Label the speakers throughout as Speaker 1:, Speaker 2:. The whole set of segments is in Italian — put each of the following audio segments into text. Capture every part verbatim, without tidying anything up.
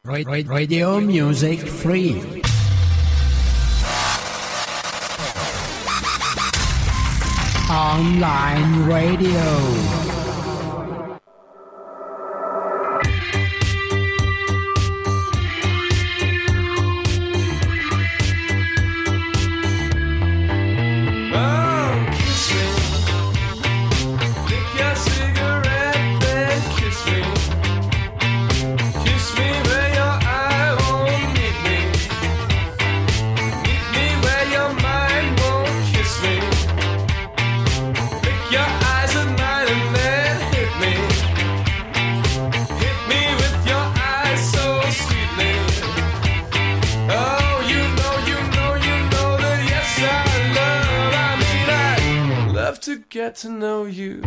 Speaker 1: Radio Music Free. Online radio.
Speaker 2: Get to know you.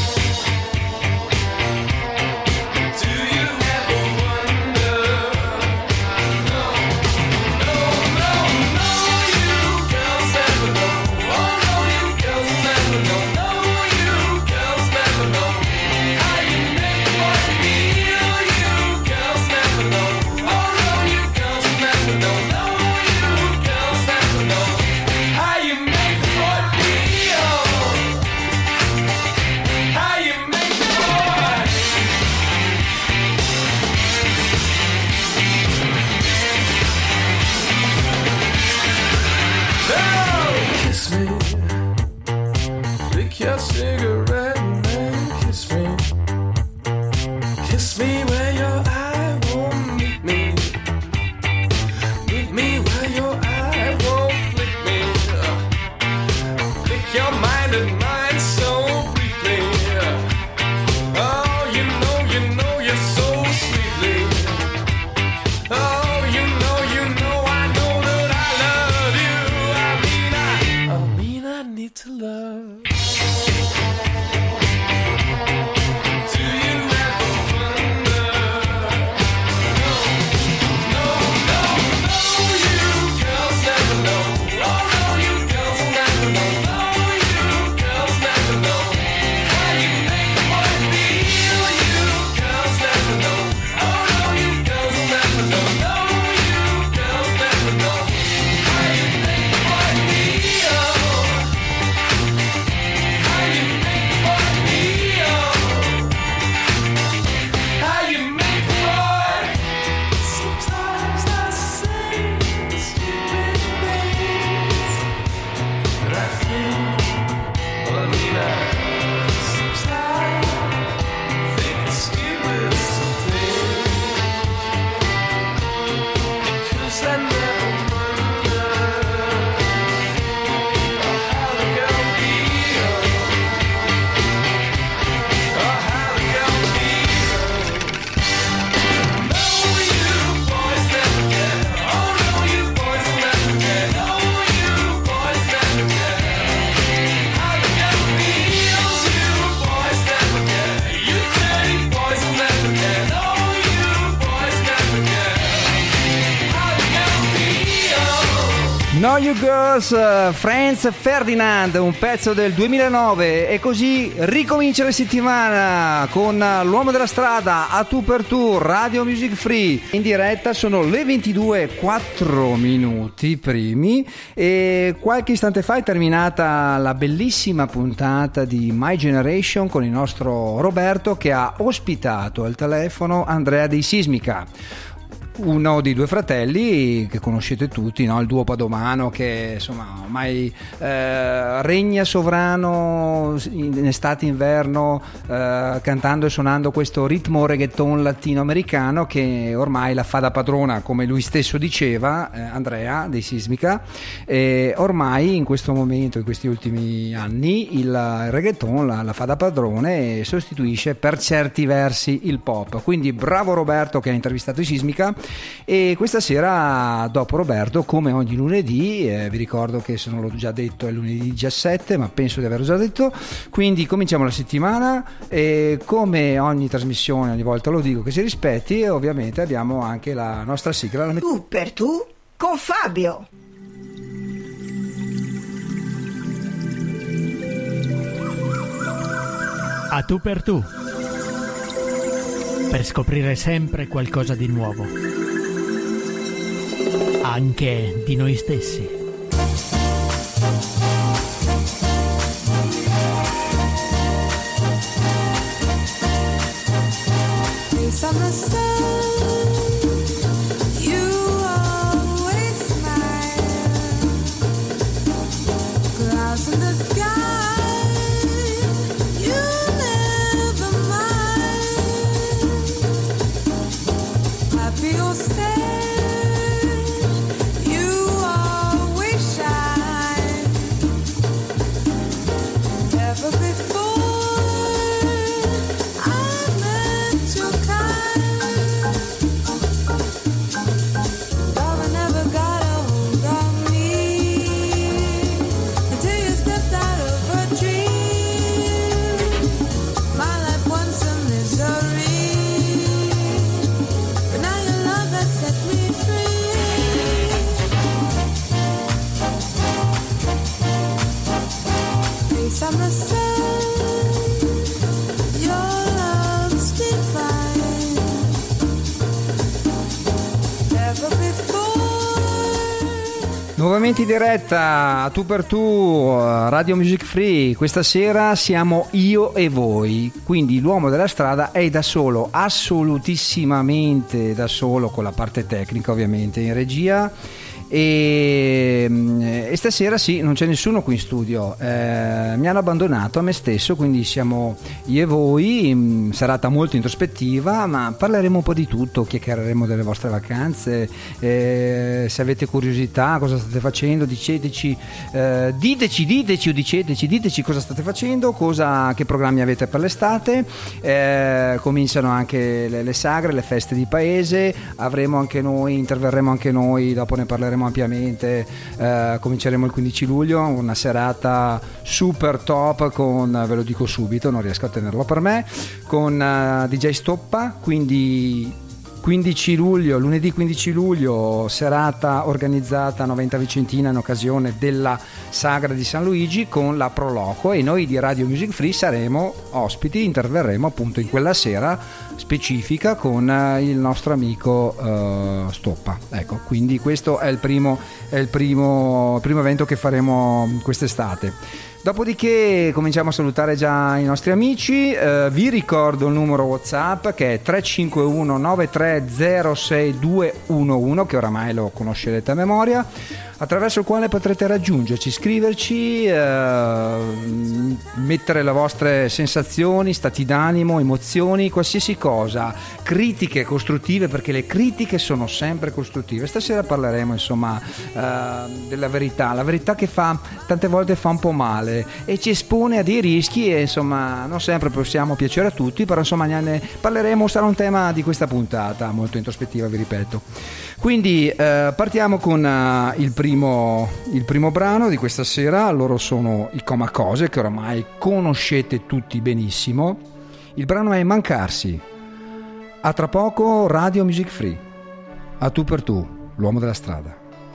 Speaker 3: No You Girls, Franz Ferdinand, un pezzo del duemilanove, e così ricomincia la settimana con l'uomo della strada, a tu per tu, Radio Music Free. In diretta sono le ventidue e quattro minuti primi e qualche istante fa è terminata la bellissima puntata di My Generation con il nostro Roberto, che ha ospitato al telefono Andrea dei Sismica, uno dei due fratelli che conoscete tutti, no? Il duo padomano che insomma ormai eh, regna sovrano in estate e inverno, eh, cantando e suonando questo ritmo reggaeton latinoamericano che ormai la fa da padrona, come lui stesso diceva, eh, Andrea dei Sismica. E ormai in questo momento, in questi ultimi anni, il reggaeton la, la fa da padrone e sostituisce per certi versi il pop. Quindi bravo Roberto che ha intervistato i Sismica. E questa sera, dopo Roberto, come ogni lunedì, eh, vi ricordo che se non l'ho già detto è lunedì diciassette, ma penso di averlo già detto, quindi cominciamo la settimana e come ogni trasmissione, ogni volta lo dico che si rispetti, e ovviamente abbiamo anche la nostra sigla, la met-
Speaker 4: Tu per tu con Fabio.
Speaker 1: A tu per tu, per scoprire sempre qualcosa di nuovo. anche di noi stessi.
Speaker 5: Summer sun, you always smile. Clouds in the sky, you never mind. Happy or sad, you always shine. Never before summer sun, your love's divine. Never before.
Speaker 3: Nuovamente in diretta a Tu per Tu, Radio Music Free. Questa sera siamo io e voi, quindi l'uomo della strada è da solo, assolutissimamente da solo, con la parte tecnica ovviamente in regia. E, e stasera sì, non c'è nessuno qui in studio, eh, mi hanno abbandonato a me stesso, quindi siamo io e voi, serata molto introspettiva, ma parleremo un po' di tutto, chiacchiereremo delle vostre vacanze, eh, se avete curiosità cosa state facendo, diceteci, eh, diteci, diteci o diceteci, diteci cosa state facendo, cosa, che programmi avete per l'estate, eh, cominciano anche le, le sagre, le feste di paese, avremo anche noi, interverremo anche noi, dopo ne parleremo ampiamente, eh, cominceremo il quindici luglio, una serata super top con, ve lo dico subito, non riesco a tenerlo per me, con uh, D J Stoppa, quindi quindici luglio, lunedì quindici luglio, serata organizzata a Noventa Vicentina in occasione della Sagra di San Luigi con la Proloco, e noi di Radio Music Free saremo ospiti, interverremo appunto in quella sera specifica con il nostro amico uh, Stoppa. Ecco, quindi questo è il primo, è il primo, il primo evento che faremo quest'estate. Dopodiché cominciamo a salutare già i nostri amici, eh, vi ricordo il numero WhatsApp che è tre cinque uno nove tre zero sei due uno uno, che oramai lo conoscerete a memoria, attraverso il quale potrete raggiungerci, scriverci, eh, mettere le vostre sensazioni, stati d'animo, emozioni, qualsiasi cosa, critiche costruttive, perché le critiche sono sempre costruttive. Stasera parleremo insomma eh, della verità, la verità che fa tante volte fa un po' male e ci espone a dei rischi, e insomma non sempre possiamo piacere a tutti, però insomma ne parleremo, sarà un tema di questa puntata molto introspettiva, vi ripeto. Quindi eh, partiamo con uh, il primo il primo brano di questa sera. Loro sono i Comacose, che oramai conoscete tutti benissimo. Il brano è Mancarsi. A tra poco Radio Music Free. A Tu per Tu, l'uomo della strada.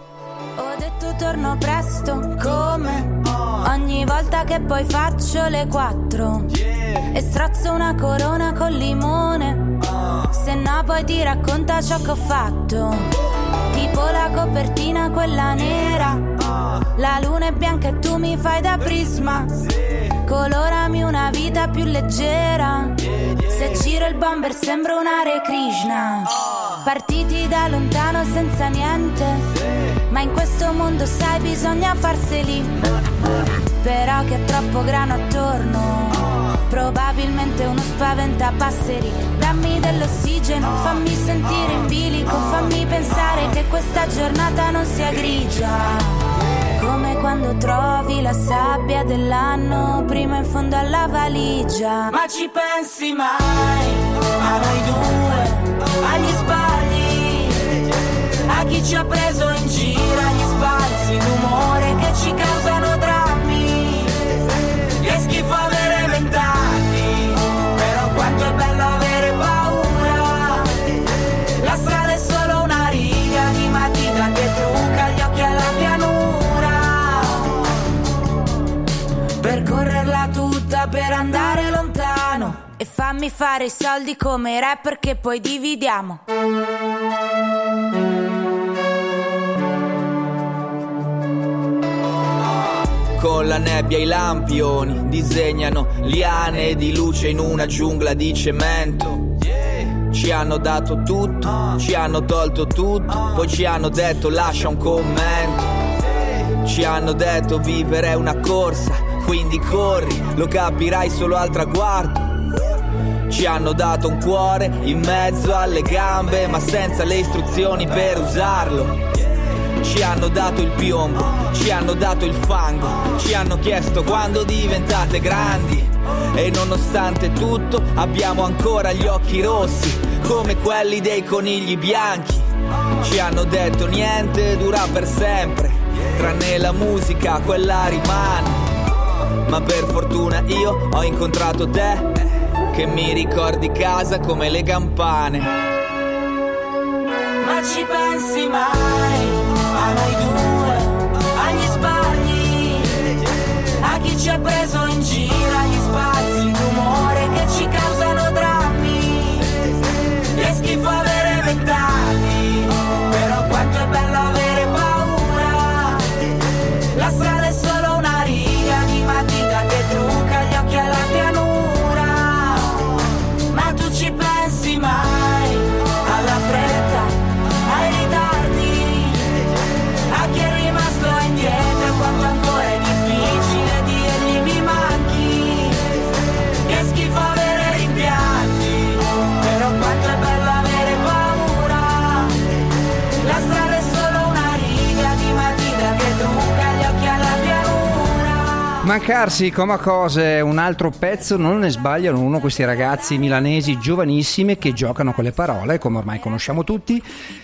Speaker 6: Ho detto torno presto, come ogni volta che poi faccio le quattro, yeah. E strozzo una corona col limone, uh. Se no poi ti racconta ciò che ho fatto, tipo la copertina quella nera, uh. La luna è bianca e tu mi fai da prisma, sì. Colorami una vita più leggera, yeah, yeah. Se giro il bomber sembro un Hare Krishna, uh. Partiti da lontano senza niente, sì. Ma in questo mondo sai bisogna farseli, però che è troppo grano attorno, probabilmente uno spaventapasseri. Dammi dell'ossigeno, fammi sentire in bilico, fammi pensare che questa giornata non sia grigia, come quando trovi la sabbia dell'anno prima in fondo alla valigia. Ma ci pensi mai a noi due, agli sbagli, a chi ci ha preso in giro, agli spazi d'umore che ci causano drammi, che schifo avere vent'anni, però quanto è bello avere paura. La strada è solo una riga di matita che trucca gli occhi alla pianura, percorrerla tutta per andare lontano, e fammi fare i soldi come i rapper che poi dividiamo.
Speaker 7: con la nebbia i lampioni disegnano liane di luce in una giungla di cemento. Ci hanno dato tutto, ci hanno tolto tutto, poi ci hanno detto lascia un commento. Ci hanno detto vivere è una corsa, quindi corri, lo capirai solo al traguardo. Ci hanno dato un cuore in mezzo alle gambe, ma senza le istruzioni per usarlo. Ci hanno dato il piombo, ci hanno dato il fango, ci hanno chiesto quando diventate grandi. E nonostante tutto abbiamo ancora gli occhi rossi, come quelli dei conigli bianchi. Ci hanno detto niente dura per sempre, tranne la musica, quella rimane. Ma per fortuna io ho incontrato te, che mi ricordi casa come le campane.
Speaker 6: Ma ci pensi mai a noi due, agli sbagli, a chi ci ha preso in giro, agli spazi d'umore che ci causano drammi. Che schifo avere vent'anni, però quanto è bello avere paura. La strada è solo una riga di matita che trucca gli occhi alla pianura. Ma tu ci pensi mai alla fretta, ai ritardi, a chi è rimasto indietro, quanto ancora è difficile dirgli mi manchi. Che schifo avere rimpianti, però quanto è bello avere paura. La strada è solo una riga di matita che trucca gli occhi alla pianura.
Speaker 3: Mancarsi come cose, un altro pezzo, non ne sbagliano uno questi ragazzi milanesi giovanissimi che giocano con le parole, come ormai conosciamo tutti.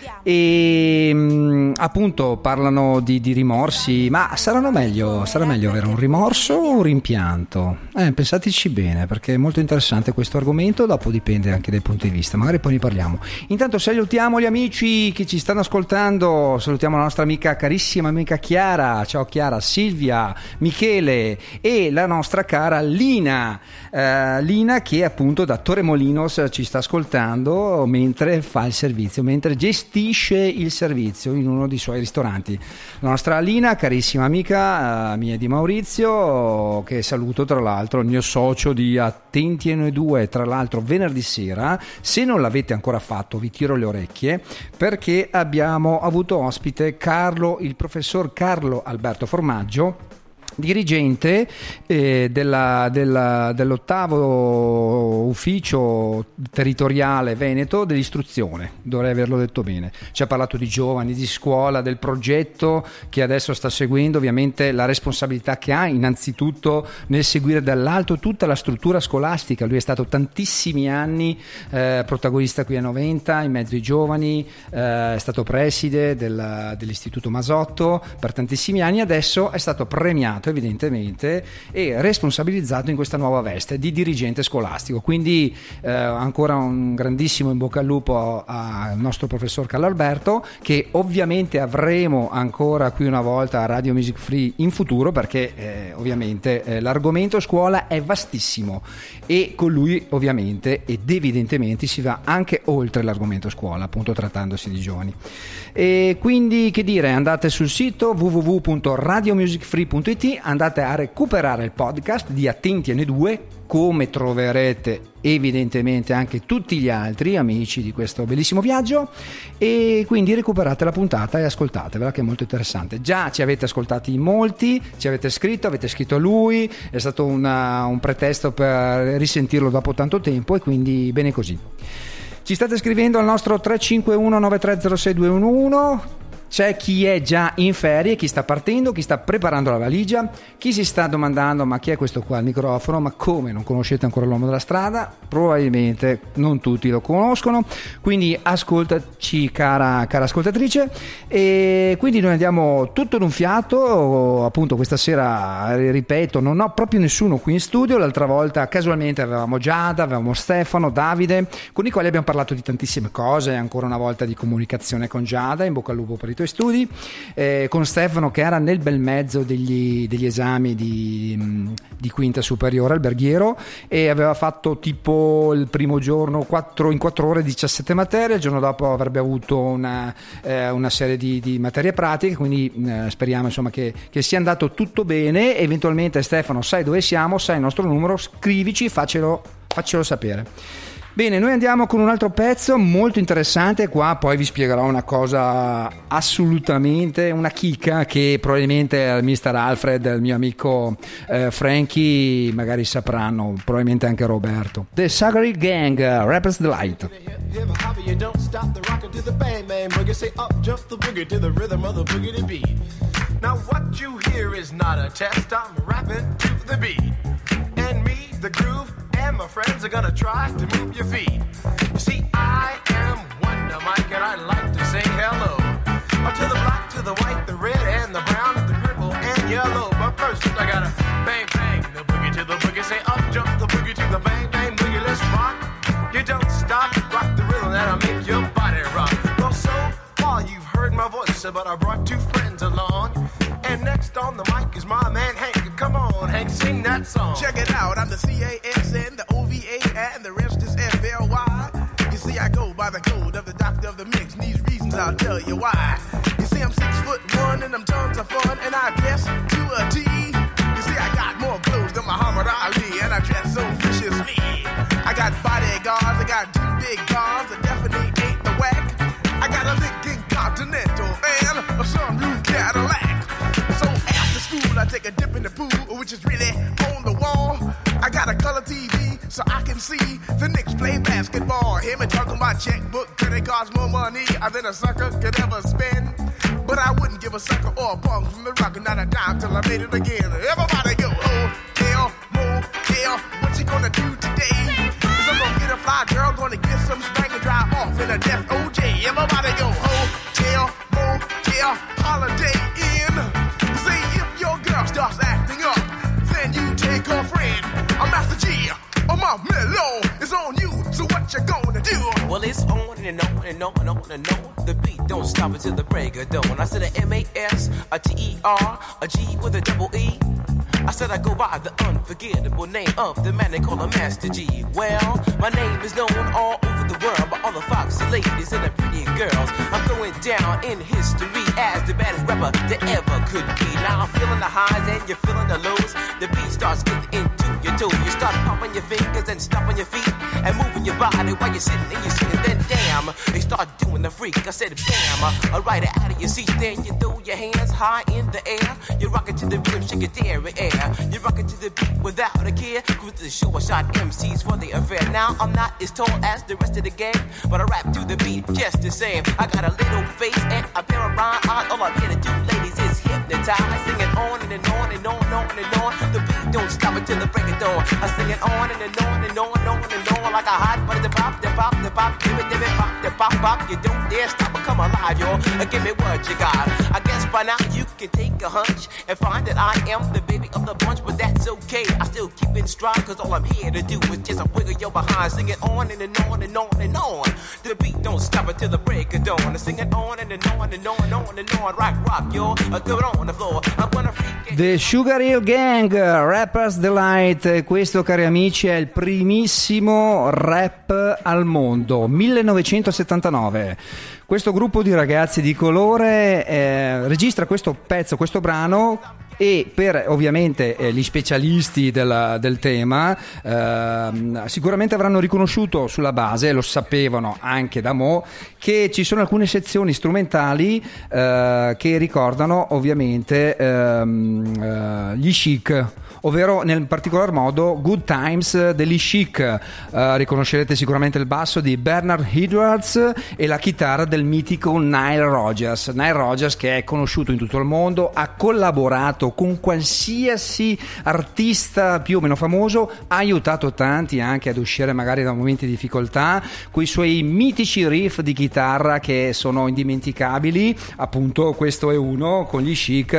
Speaker 3: E mh, appunto parlano di, di rimorsi, ma saranno meglio, sarà meglio avere un rimorso o un rimpianto? Eh, pensateci bene, perché è molto interessante questo argomento, dopo dipende anche dai punti di vista, magari poi ne parliamo. Intanto salutiamo gli amici che ci stanno ascoltando, salutiamo la nostra amica, carissima amica Chiara, ciao Chiara, Silvia, Michele e la nostra cara Lina, eh, Lina che appunto da Torremolinos ci sta ascoltando mentre fa il servizio, mentre gestisce il servizio in uno dei suoi ristoranti. La nostra Lina, carissima amica, uh, mia di Maurizio, che saluto, tra l'altro il mio socio di Attenti a Noi Due, tra l'altro venerdì sera. Se non l'avete ancora fatto vi tiro le orecchie, perché abbiamo avuto ospite Carlo, il professor Carlo Alberto Formaggio, dirigente eh, della, della, dell'ottavo ufficio territoriale veneto dell'istruzione, dovrei averlo detto bene. Ci ha parlato di giovani, di scuola, del progetto che adesso sta seguendo, ovviamente la responsabilità che ha innanzitutto nel seguire dall'alto tutta la struttura scolastica. Lui è stato tantissimi anni eh, protagonista qui a Noventa in mezzo ai giovani, eh, è stato preside del, dell'istituto Masotto per tantissimi anni, adesso è stato premiato evidentemente e responsabilizzato in questa nuova veste di dirigente scolastico. Quindi eh, ancora un grandissimo in bocca al lupo al nostro professor Carlo Alberto, che ovviamente avremo ancora qui una volta a Radio Music Free in futuro, perché eh, ovviamente eh, l'argomento scuola è vastissimo e con lui ovviamente ed evidentemente si va anche oltre l'argomento scuola, appunto trattandosi di giovani. E quindi che dire, andate sul sito w w w punto radio music free punto i t, andate a recuperare il podcast di Attenti a Noi Due, come troverete evidentemente anche tutti gli altri amici di questo bellissimo viaggio, e quindi recuperate la puntata e ascoltatevela, che è molto interessante. Già ci avete ascoltati molti, ci avete scritto, avete scritto a lui, è stato una, un pretesto per risentirlo dopo tanto tempo, e quindi bene così. Ci state scrivendo al nostro tre cinque uno nove tre zero sei due uno uno. C'è chi è già in ferie, chi sta partendo, chi sta preparando la valigia, chi si sta domandando ma chi è questo qua al microfono, ma come non conoscete ancora l'uomo della strada? Probabilmente non tutti lo conoscono, quindi ascoltaci cara, cara ascoltatrice, e quindi noi andiamo tutto in un fiato. Appunto questa sera, ripeto, non ho proprio nessuno qui in studio, l'altra volta casualmente avevamo Giada, avevamo Stefano, Davide, con i quali abbiamo parlato di tantissime cose, ancora una volta di comunicazione con Giada, in bocca al lupo per i tuoi studi, eh, con Stefano che era nel bel mezzo degli, degli esami di, di quinta superiore alberghiero, e aveva fatto tipo il primo giorno quattro, in quattro ore diciassette materie, il giorno dopo avrebbe avuto una, eh, una serie di, di materie pratiche, quindi eh, speriamo insomma che, che sia andato tutto bene. Eventualmente Stefano, sai dove siamo, sai il nostro numero, scrivici, faccelo, faccelo sapere. Bene, noi andiamo con un altro pezzo molto interessante. Qua poi vi spiegherò una cosa assolutamente, una chicca che probabilmente il mister Alfred e il mio amico eh, Frankie magari sapranno, probabilmente anche Roberto. The Sugar Gang, uh, Rapper's Delight.
Speaker 8: Now what you hear is not a test, I'm rapping to the beat. And me, the groove, and my friends are gonna try to move your feet. You see, I am Wonder Mike, and I like to say hello uh, to the black, to the white, the red, and the brown, the purple, and yellow. But first, I gotta bang, bang, the boogie to the boogie. Say up, jump the boogie to the bang, bang, boogie. Let's rock. You don't stop, rock the rhythm that'll make your body rock. Well, so far you've heard my voice, but I brought two friends along. And next on the mic is my man Hank. Come on, Hank, sing that song.
Speaker 9: Check it out, I'm the C A S N, the O V A, and the rest is F L Y. You see, I go by the code of the doctor of the mix, and these reasons I'll tell you why. You see, I'm six foot one, and I'm tons of fun, and I dress to a T. You see, I got more clothes than Muhammad Ali, and I dress so viciously. I got bodyguards, I got two big cars, that definitely ain't the whack. I got a Lincoln Continental and a sunroof Cadillac. So after school, I take a dip in the pool, which is really on the wall. I got a color T V so I can see the Knicks play basketball. Him and talking my checkbook, credit cards, more money than a sucker could ever spend. But I wouldn't give a sucker or a punk from the rock, not a dime till I made it again. Everybody go, hotel, motel, what you gonna do today? Cause I'm gonna get a fly girl, gonna get some spank and drive off in a death O J. Everybody go, hotel, motel, holiday inn. See if your girl starts acting up, then you take her friend. I'm Master G, oh my mellow is on you, so what you gonna do?
Speaker 10: Well, it's on and on and on and on and on. The beat don't stop until the break of dawn. I said a M A S, a T E R, a G with a double E. I said I go by the unforgettable name of the man they call a Master G. Well, my name is known all over the world by all the foxy ladies and the pretty girls. I'm going down in history as the baddest rapper that ever could be. Now I'm feeling the highs and you're feeling the lows. The beat starts getting into your toe. You start pumping your fingers and stomping your feet and moving your body while you're sitting and you're sitting. Then damn, they start doing the freak. I said bam, I ride it out of your seat. Then you throw your hands high in the air. You rock it to the rhythm, shake it there in air. You rock it to the beat without a care. Cruise the show, I shot M Cs for the affair. Now I'm not as tall as the rest of the gang, but I rap to the beat just the same. I got a little face and a pair of rhyme eyes. All I'm here to do, ladies, is hypnotize. Sing it on and, and on and on and on and on. The beat don't stop until the break of dawn. I sing it on and, and on and on and on and on like a hot butter. The pop, the pop, the pop, give it, give it, pop, the pop, pop. You don't dare stop or come alive, y'all. Give me what you got. I guess by now you can take a hunch and find that I am the baby of the bunch, but that's okay. I still keep in stride, cause all I'm here to do is just a wiggle your behind. Sing it on and, and on and on and on. The beat don't stop until the break of dawn. I sing it on and, and on and on and on and on. Rock, rock, y'all. I do it on the floor. I'm gonna freak it.
Speaker 3: The Sugar Hill Gang, Rapper's Delight. Questo, cari amici, è il primissimo rap al mondo, millenovecentosettantanove. Questo gruppo di ragazzi di colore eh, registra questo pezzo, questo brano, e per ovviamente eh, gli specialisti del, del tema eh, sicuramente avranno riconosciuto sulla base, lo sapevano anche da mo', che ci sono alcune sezioni strumentali eh, che ricordano ovviamente ehm, eh, gli Chic, ovvero nel particolar modo Good Times degli Chic. Uh, riconoscerete sicuramente il basso di Bernard Edwards e la chitarra del mitico Nile Rodgers. Nile Rodgers, che è conosciuto in tutto il mondo, ha collaborato o con qualsiasi artista più o meno famoso, ha aiutato tanti anche ad uscire magari da momenti di difficoltà, con i suoi mitici riff di chitarra che sono indimenticabili. Appunto questo è uno, con gli Chic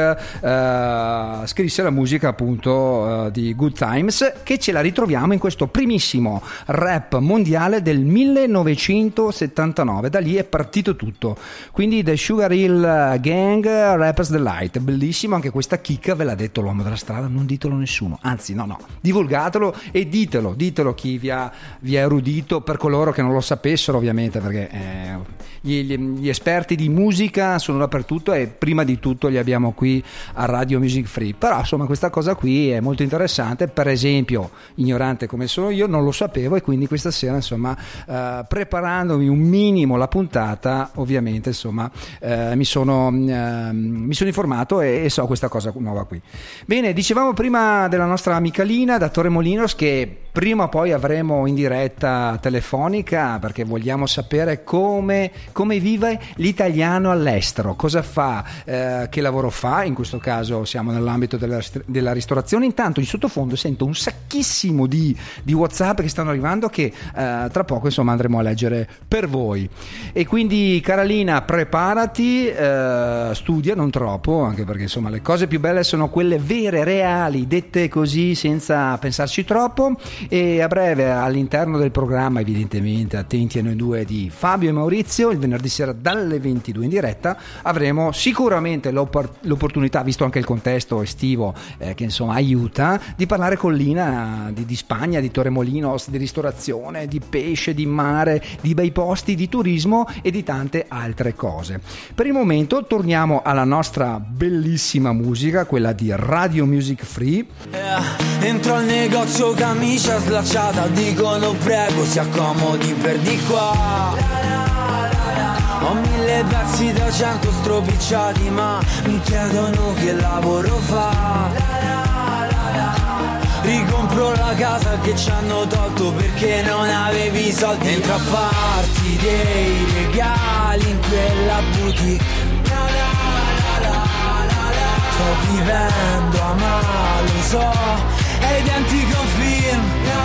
Speaker 3: eh, scrisse la musica appunto eh, di Good Times, che ce la ritroviamo in questo primissimo rap mondiale del millenovecentosettantanove. Da lì è partito tutto, quindi The Sugar Hill Gang, Rapper's Delight, bellissimo. Anche questa chicca ve l'ha detto l'uomo della strada, non ditelo a nessuno, anzi no no, divulgatelo e ditelo, ditelo chi vi ha, vi ha erudito, per coloro che non lo sapessero ovviamente, perché eh, gli, gli esperti di musica sono dappertutto e prima di tutto li abbiamo qui a Radio Music Free. Però insomma questa cosa qui è molto interessante, per esempio ignorante come sono io non lo sapevo, e quindi questa sera insomma eh, preparandomi un minimo la puntata ovviamente insomma eh, mi sono eh, mi sono informato e, e so questa cosa nuova qui. Bene, dicevamo prima della nostra amica Lina da Torremolinos che prima o poi avremo in diretta telefonica, perché vogliamo sapere come, come vive l'italiano all'estero, cosa fa, eh, che lavoro fa. In questo caso siamo nell'ambito della, della ristorazione. Intanto in sottofondo sento un sacchissimo di, di WhatsApp che stanno arrivando, che eh, tra poco insomma andremo a leggere per voi. E quindi cara Lina, preparati, eh, studia non troppo, anche perché insomma le cose più belle sono quelle vere, reali, dette così senza pensarci troppo. E a breve all'interno del programma, evidentemente attenti a noi due di Fabio e Maurizio, il venerdì sera dalle ventidue in diretta, avremo sicuramente l'oppor- l'opportunità, visto anche il contesto estivo eh, che insomma aiuta, di parlare con Lina di, di Spagna, di Torremolinos, di ristorazione, di pesce, di mare, di bei posti, di turismo e di tante altre cose. Per il momento torniamo alla nostra bellissima musica, quella di Radio Music Free.
Speaker 11: Yeah. Entro al negozio, camicia slacciata, dicono prego si accomodi per di qua. Ho mille pezzi da cento stropicciati, ma mi chiedono che lavoro fa. Ricompro la casa che ci hanno tolto perché non avevi soldi. Entro a farti dei regali in quella boutique. Sto vivendo a male, lo so, è identico a un film.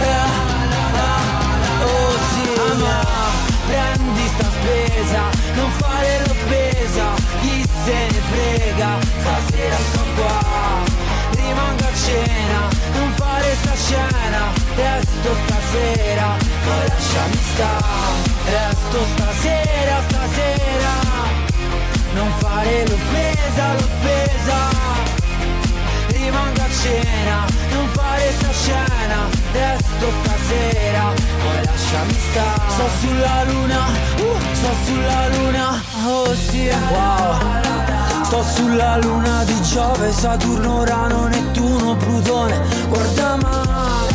Speaker 11: Oh sì, ama, prendi sta spesa, non fare l'offesa, chi se ne frega, stasera sto qua, rimango a cena, non fare sta scena, resto stasera, poi lasciami stare, resto stasera, stasera, non fare l'offesa, l'offesa, rimango a cena, non fare sta scena, resto stasera, poi lasciami stare. Sto sulla luna, uh, sto sulla luna, oh sì, wow. Sto sulla luna di Giove, Saturno, Urano, Nettuno, Plutone, guarda male.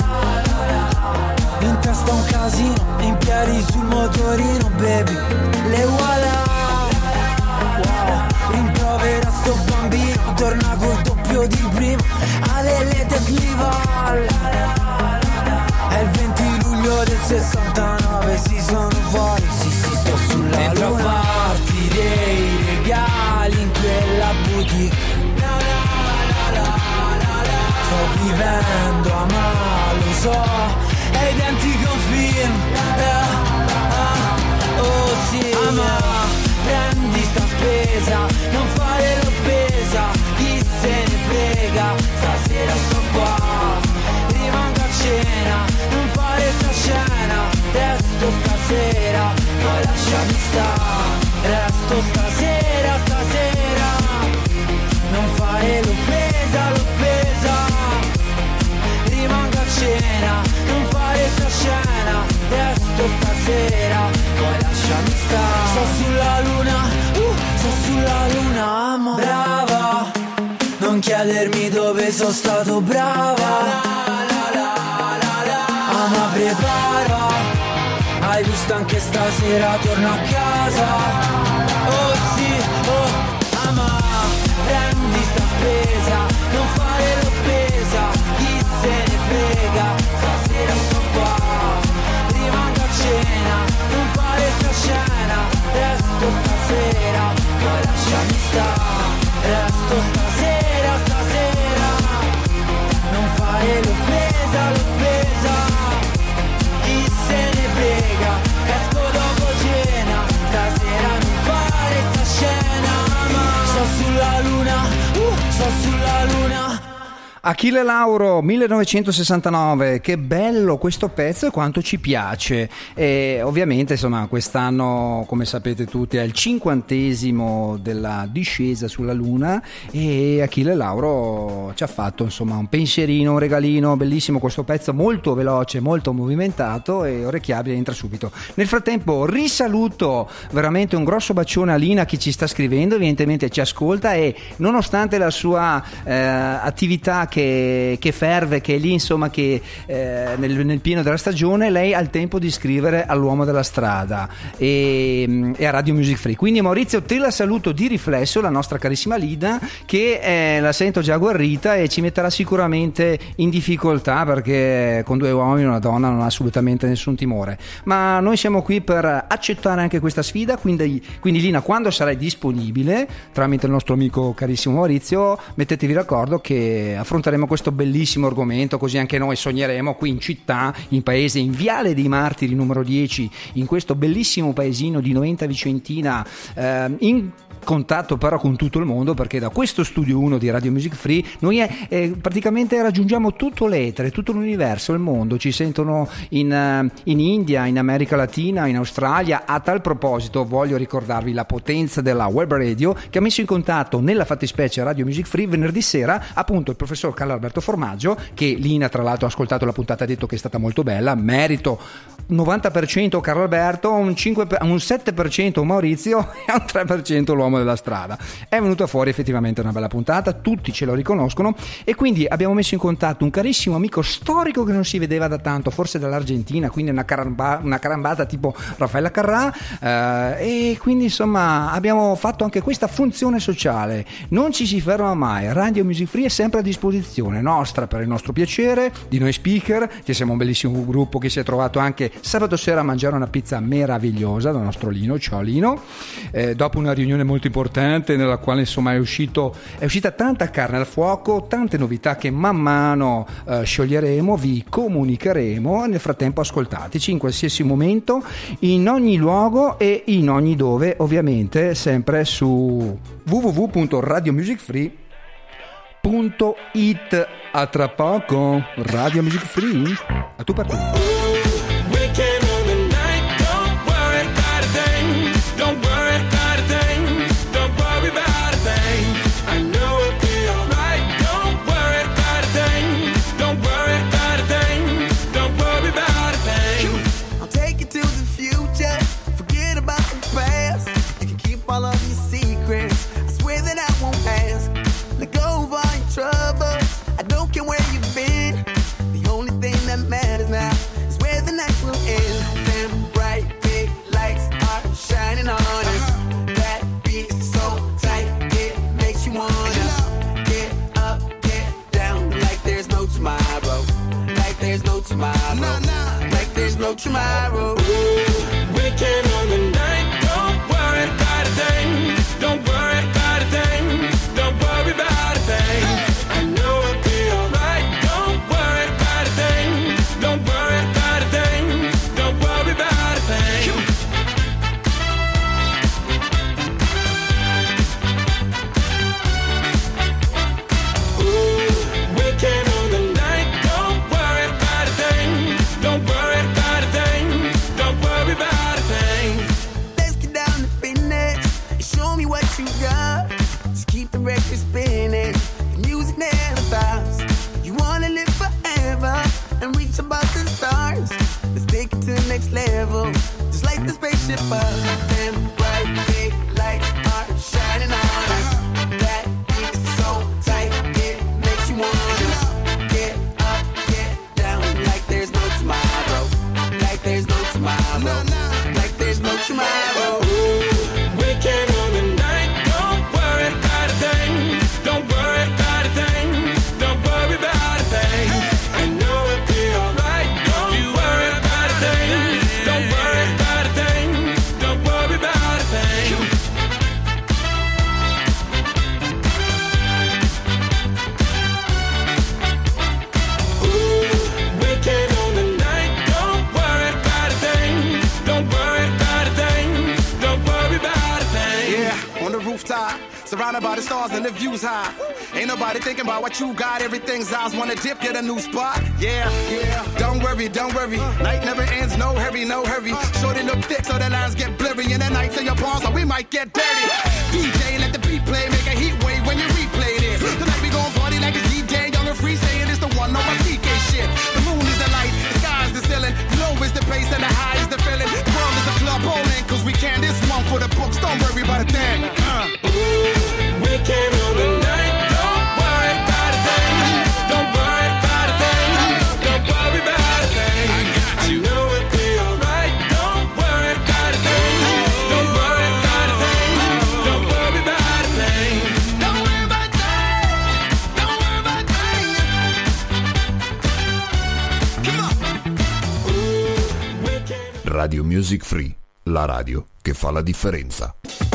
Speaker 11: In testa un casino, in piedi sul motorino, baby, le voilà. Rimprovera sto bambino, torna col doppio di prima, alle Tecnival. È il venti luglio del sessantanove, si sono fuori, sì sì sto sulla luna. Entro a farti dei regali in quella boutique. Sto vivendo a male, lo so, è identico a un film. Oh sì, ama, prendi sta spesa, non fare l'offesa, chi se ne frega, stasera sto qua, rimango a cena, non fare sta scena, resto stasera, poi lasciami stare, resto stasera, stasera, non fare l'offesa, l'offesa, rimango a cena, non fare sta scena, resto stasera, poi lasciami stare. Sto sulla luna, uh, sto sulla luna, amo. Brava, non chiedermi dove sono stato, brava. Ama, prepara, hai visto anche stasera torno a casa. Oh sì, oh, ama, prendi sta spesa, non fare l'offesa, chi se ne frega, stasera sto qua, rimango a cena, non fare sta scena, resto stasera, poi lasciami stare, resto stasera, stasera. stasera. Non fare l'offesa, l'offesa, chi se ne frega, esco dopo cena, stasera non fare sta scena, ma sto sulla luna, uh, sto sulla luna.
Speaker 3: Achille Lauro, millenovecentosessantanove, che bello questo pezzo e quanto ci piace. E ovviamente insomma quest'anno, come sapete tutti, è il cinquantesimo della discesa sulla Luna e Achille Lauro ci ha fatto insomma un pensierino, un regalino bellissimo, questo pezzo molto veloce, molto movimentato e orecchiabile, entra subito. Nel frattempo risaluto veramente un grosso bacione a Lina che ci sta scrivendo, evidentemente ci ascolta e nonostante la sua eh, attività Che, che ferve, che è lì insomma che eh, nel, nel pieno della stagione, lei ha il tempo di scrivere all'uomo della strada e, e a Radio Music Free. Quindi Maurizio, te la saluto di riflesso, la nostra carissima Lida, che eh, la sento già agguerrita e ci metterà sicuramente in difficoltà, perché con due uomini una donna non ha assolutamente nessun timore, ma noi siamo qui per accettare anche questa sfida. Quindi, quindi Lina, quando sarai disponibile tramite il nostro amico carissimo Maurizio, mettetevi d'accordo che affronteremo questo bellissimo argomento, così anche noi sogneremo qui in città, in paese, in Viale dei Martiri numero dieci, in questo bellissimo paesino di Noventa Vicentina, eh, in contatto però con tutto il mondo, perché da questo studio uno di Radio Music Free noi eh, eh, praticamente raggiungiamo tutto l'etere, tutto l'universo, il mondo. Ci sentono in, uh, in India, in America Latina, in Australia. A tal proposito voglio ricordarvi la potenza della web radio che ha messo in contatto nella fattispecie Radio Music Free venerdì sera appunto il professor Carlo Alberto Formaggio, che Lina tra l'altro ha ascoltato la puntata, ha detto che è stata molto bella, merito novanta per cento Carlo Alberto, un, cinque, un sette per cento Maurizio e un tre per cento l'uomo della strada. È venuta fuori effettivamente una bella puntata, tutti ce lo riconoscono e quindi abbiamo messo in contatto un carissimo amico storico che non si vedeva da tanto, forse dall'Argentina, quindi una, caramba, una carambata tipo Raffaella Carrà, eh, e quindi insomma abbiamo fatto anche questa funzione sociale. Non ci si ferma mai, Radio Music Free è sempre a disposizione nostra per il nostro piacere, di noi speaker, che siamo un bellissimo gruppo che si è trovato anche sabato sera a mangiare una pizza meravigliosa dal nostro Lino. Ciao Lino, eh, dopo una riunione molto importante nella quale insomma è uscito è uscita tanta carne al fuoco, tante novità che man mano eh, scioglieremo, vi comunicheremo. Nel frattempo ascoltateci in qualsiasi momento, in ogni luogo e in ogni dove, ovviamente sempre su w w w punto radio music free punto it. A tra poco Radio Music Free, a tu per tu.
Speaker 11: Tomorrow, no, no. Like there's no tomorrow. Ooh, weekend on the night. Don't worry about a thing. Don't worry about a thing. Don't worry about a thing. I know it'll be alright. Don't worry about a thing. Don't worry about a thing. Don't worry about a thing. Ooh, weekend on the night. Don't worry about a thing. Don't worry about a thing. Don't worry about a thing.
Speaker 12: Let's get down to business and show me what you got. Just keep the record spinning. The music never stops. You wanna live forever and reach above the stars. Let's take it to the next level. Just like the spaceship up. Them bright big lights are shining on us. That beat so tight, it makes you wanna get up, get down like there's no tomorrow. Like there's no tomorrow. No, no. Like there's no tomorrow.
Speaker 11: Ooh, weekend on the night. Don't worry about a thing.
Speaker 9: the rooftop, surrounded by the stars and the views high. Ain't nobody thinking about what you got. Everything's eyes wanna dip, get a new spot. Yeah, yeah. Don't worry, don't worry. Night never ends, no hurry, no hurry. Shorty look thick so the lines get blurry. And the nights in your palms, so we might get dirty. D J, let the beat play, make a heat wave when you replay this. Tonight we gon' party like it's D J, young and free, saying it's the one on my C K shit. The moon is the light, the sky is the ceiling. Low is the bass and the high is the feeling. The world is a club bowling, cause we can this one for the books. Don't worry about a thing. Uh.
Speaker 11: Ooh, we can rule the night. Don't worry about a thing. Don't worry about a thing. Don't worry about a thing. You know it'll be alright. Don't worry about a thing. Don't worry about a thing. Don't worry about a thing.
Speaker 9: Don't worry about a thing. Don't worry about a thing. Come on.
Speaker 11: Ooh, we can...
Speaker 13: Radio Music Free, la radio che fa la differenza.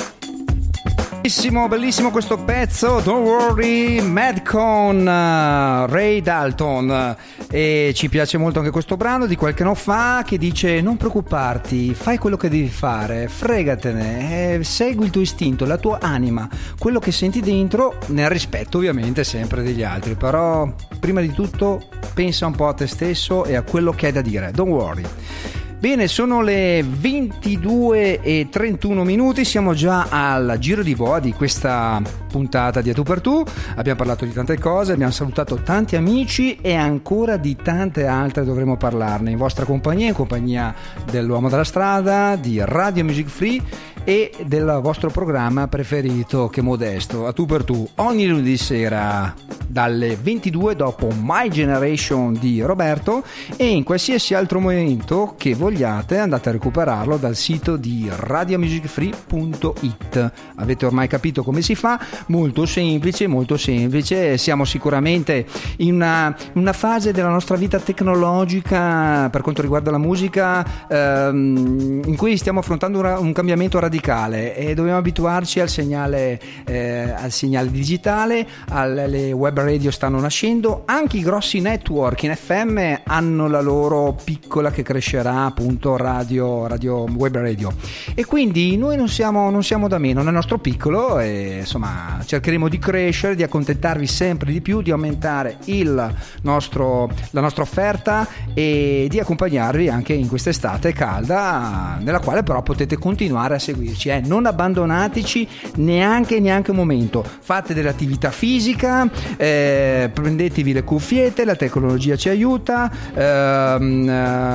Speaker 3: Bellissimo, bellissimo questo pezzo, Don't Worry, Madcon, uh, Ray Dalton, e ci piace molto anche questo brano di qualche anno fa che dice: non preoccuparti, fai quello che devi fare, fregatene, eh, segui il tuo istinto, la tua anima, quello che senti dentro, nel rispetto ovviamente sempre degli altri, però prima di tutto pensa un po' a te stesso e a quello che hai da dire, don't worry. Bene, sono le ventidue e trentuno minuti, siamo già al giro di boa di questa puntata di A Tu per Tu. Abbiamo parlato di tante cose, abbiamo salutato tanti amici e ancora di tante altre dovremo parlarne in vostra compagnia, in compagnia dell'uomo della strada, di Radio Music Free e del vostro programma preferito che modesto, A Tu per Tu, ogni lunedì sera dalle ventidue dopo My Generation di Roberto, e in qualsiasi altro momento che vogliate andate a recuperarlo dal sito di radio music free punto it. Avete ormai capito come si fa? Molto semplice, molto semplice. Siamo sicuramente in una, una fase della nostra vita tecnologica per quanto riguarda la musica ehm, in cui stiamo affrontando una, un cambiamento radicale e dobbiamo abituarci al segnale, eh, al segnale digitale, alle, le web radio stanno nascendo, anche i grossi network in F M hanno la loro piccola che crescerà appunto radio, radio web radio, e quindi noi non siamo, non siamo da meno nel nostro piccolo, e insomma cercheremo di crescere, di accontentarvi sempre di più, di aumentare il nostro, la nostra offerta e di accompagnarvi anche in quest'estate calda, nella quale però potete continuare a seguirci, eh? Non abbandonateci neanche neanche un momento, fate dell'attività fisica, eh, prendetevi le cuffiette, la tecnologia ci aiuta, ehm,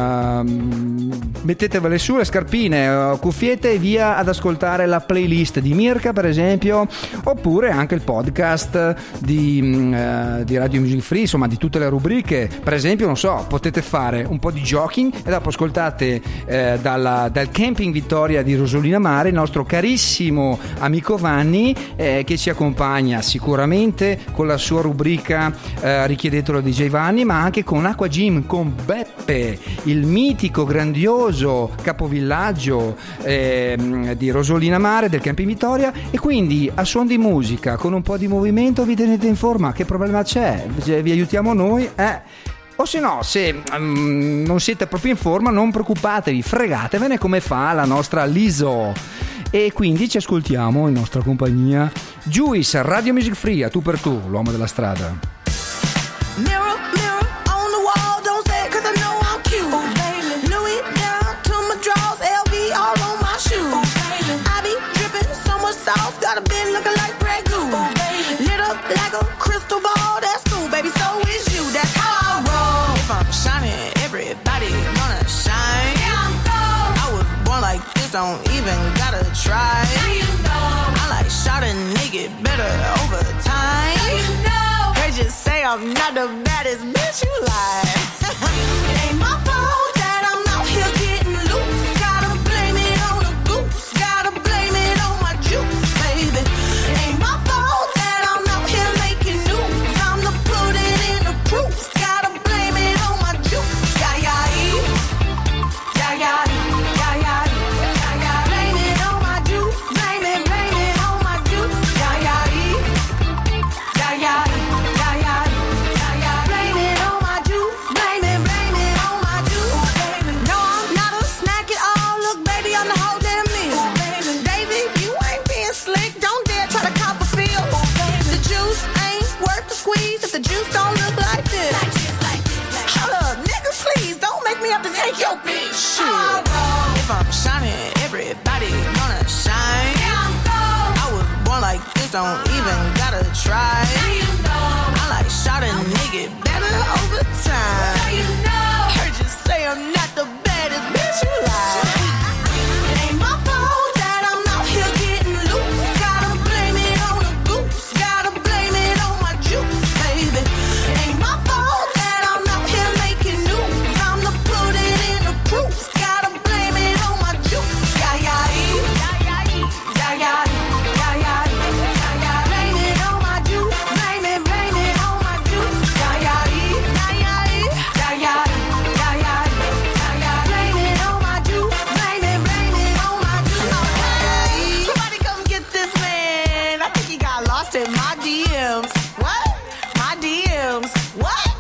Speaker 3: ehm, mettetevele su le scarpine, cuffiette e via ad ascoltare la playlist di Mirka per esempio, oppure anche il podcast di, eh, di Radio Music Free, insomma di tutte le rubriche. Per esempio, non so, potete fare un po' di jogging e dopo ascoltate eh, dalla, dal Camping Vittoria di Rosolina Mare il nostro carissimo amico Vanni, eh, che ci accompagna sicuramente con la sua rubrica eh, Richiedetelo a D J Vanni, ma anche con Acqua Gym, con Beppe, il mitico grandioso capovillaggio eh, di Rosolina Mare del Camping Vittoria. E quindi a suon di musica, con un po' di movimento, vi tenete in forma. Che problema c'è? Vi aiutiamo noi, eh? O se no, se um, non siete proprio in forma, non preoccupatevi, fregatevene come fa la nostra Liso. E quindi ci ascoltiamo in nostra compagnia Juice, Radio Music Free, A Tu per Tu, l'uomo della strada.
Speaker 5: Mirror, mirror on the wall, don't say it 'cause I know I'm cute. Oh, baby. Louis down to my drawers, L V all on my shoes. Oh, baby. I be dripping so much sauce, got a bin looking like Grey Goose. Oh, baby. Lit up like a crystal ball, that's cool, baby, so is you, that's how I roll. If I'm shining, everybody gonna shine. Yeah, I'm gold. I was born like this, don't even gotta try. Now you know. I like shot a nigga better over time. Now you know. They just say I'm not the baddest bitch, you lie. It ain't my fault that I'm out here getting loose. Gotta blame it on the goose. Gotta blame it on my juice, baby. It ain't my fault that I'm out here making news. I'm the put it in the proof. Gotta blame it on my juice. Yeah, yeah, yeah, yeah, yeah, yeah, yeah. Blame it on my juice. Blame it, blame it on my juice. Yeah, yeah, yeah, yeah, yeah, yeah, yeah. Blame it on my juice. Blame it, blame it on my juice. just don't even gotta try. I like shot a nigga better over time. Heard you say I'm not the baddest bitch you like. It ain't my fault that I'm out here getting loose. Gotta blame it on the goose. Gotta blame it on my juice, baby. It ain't my fault that I'm out here making news. I'm the put it in the proof. Gotta blame it on my juice. Yeah, yeah, yeah, yeah, yeah, yeah, yeah, yeah. Blame it on my juice. Blame it, blame it on my juice. Yeah, yeah, yeah, yeah, yeah, yeah, yeah, yeah, yeah. Blame it on my juice. Blame it, blame it on my juice. Okay. Somebody come get this man. I think he got lost in my D Ms. What? My D Ms. What?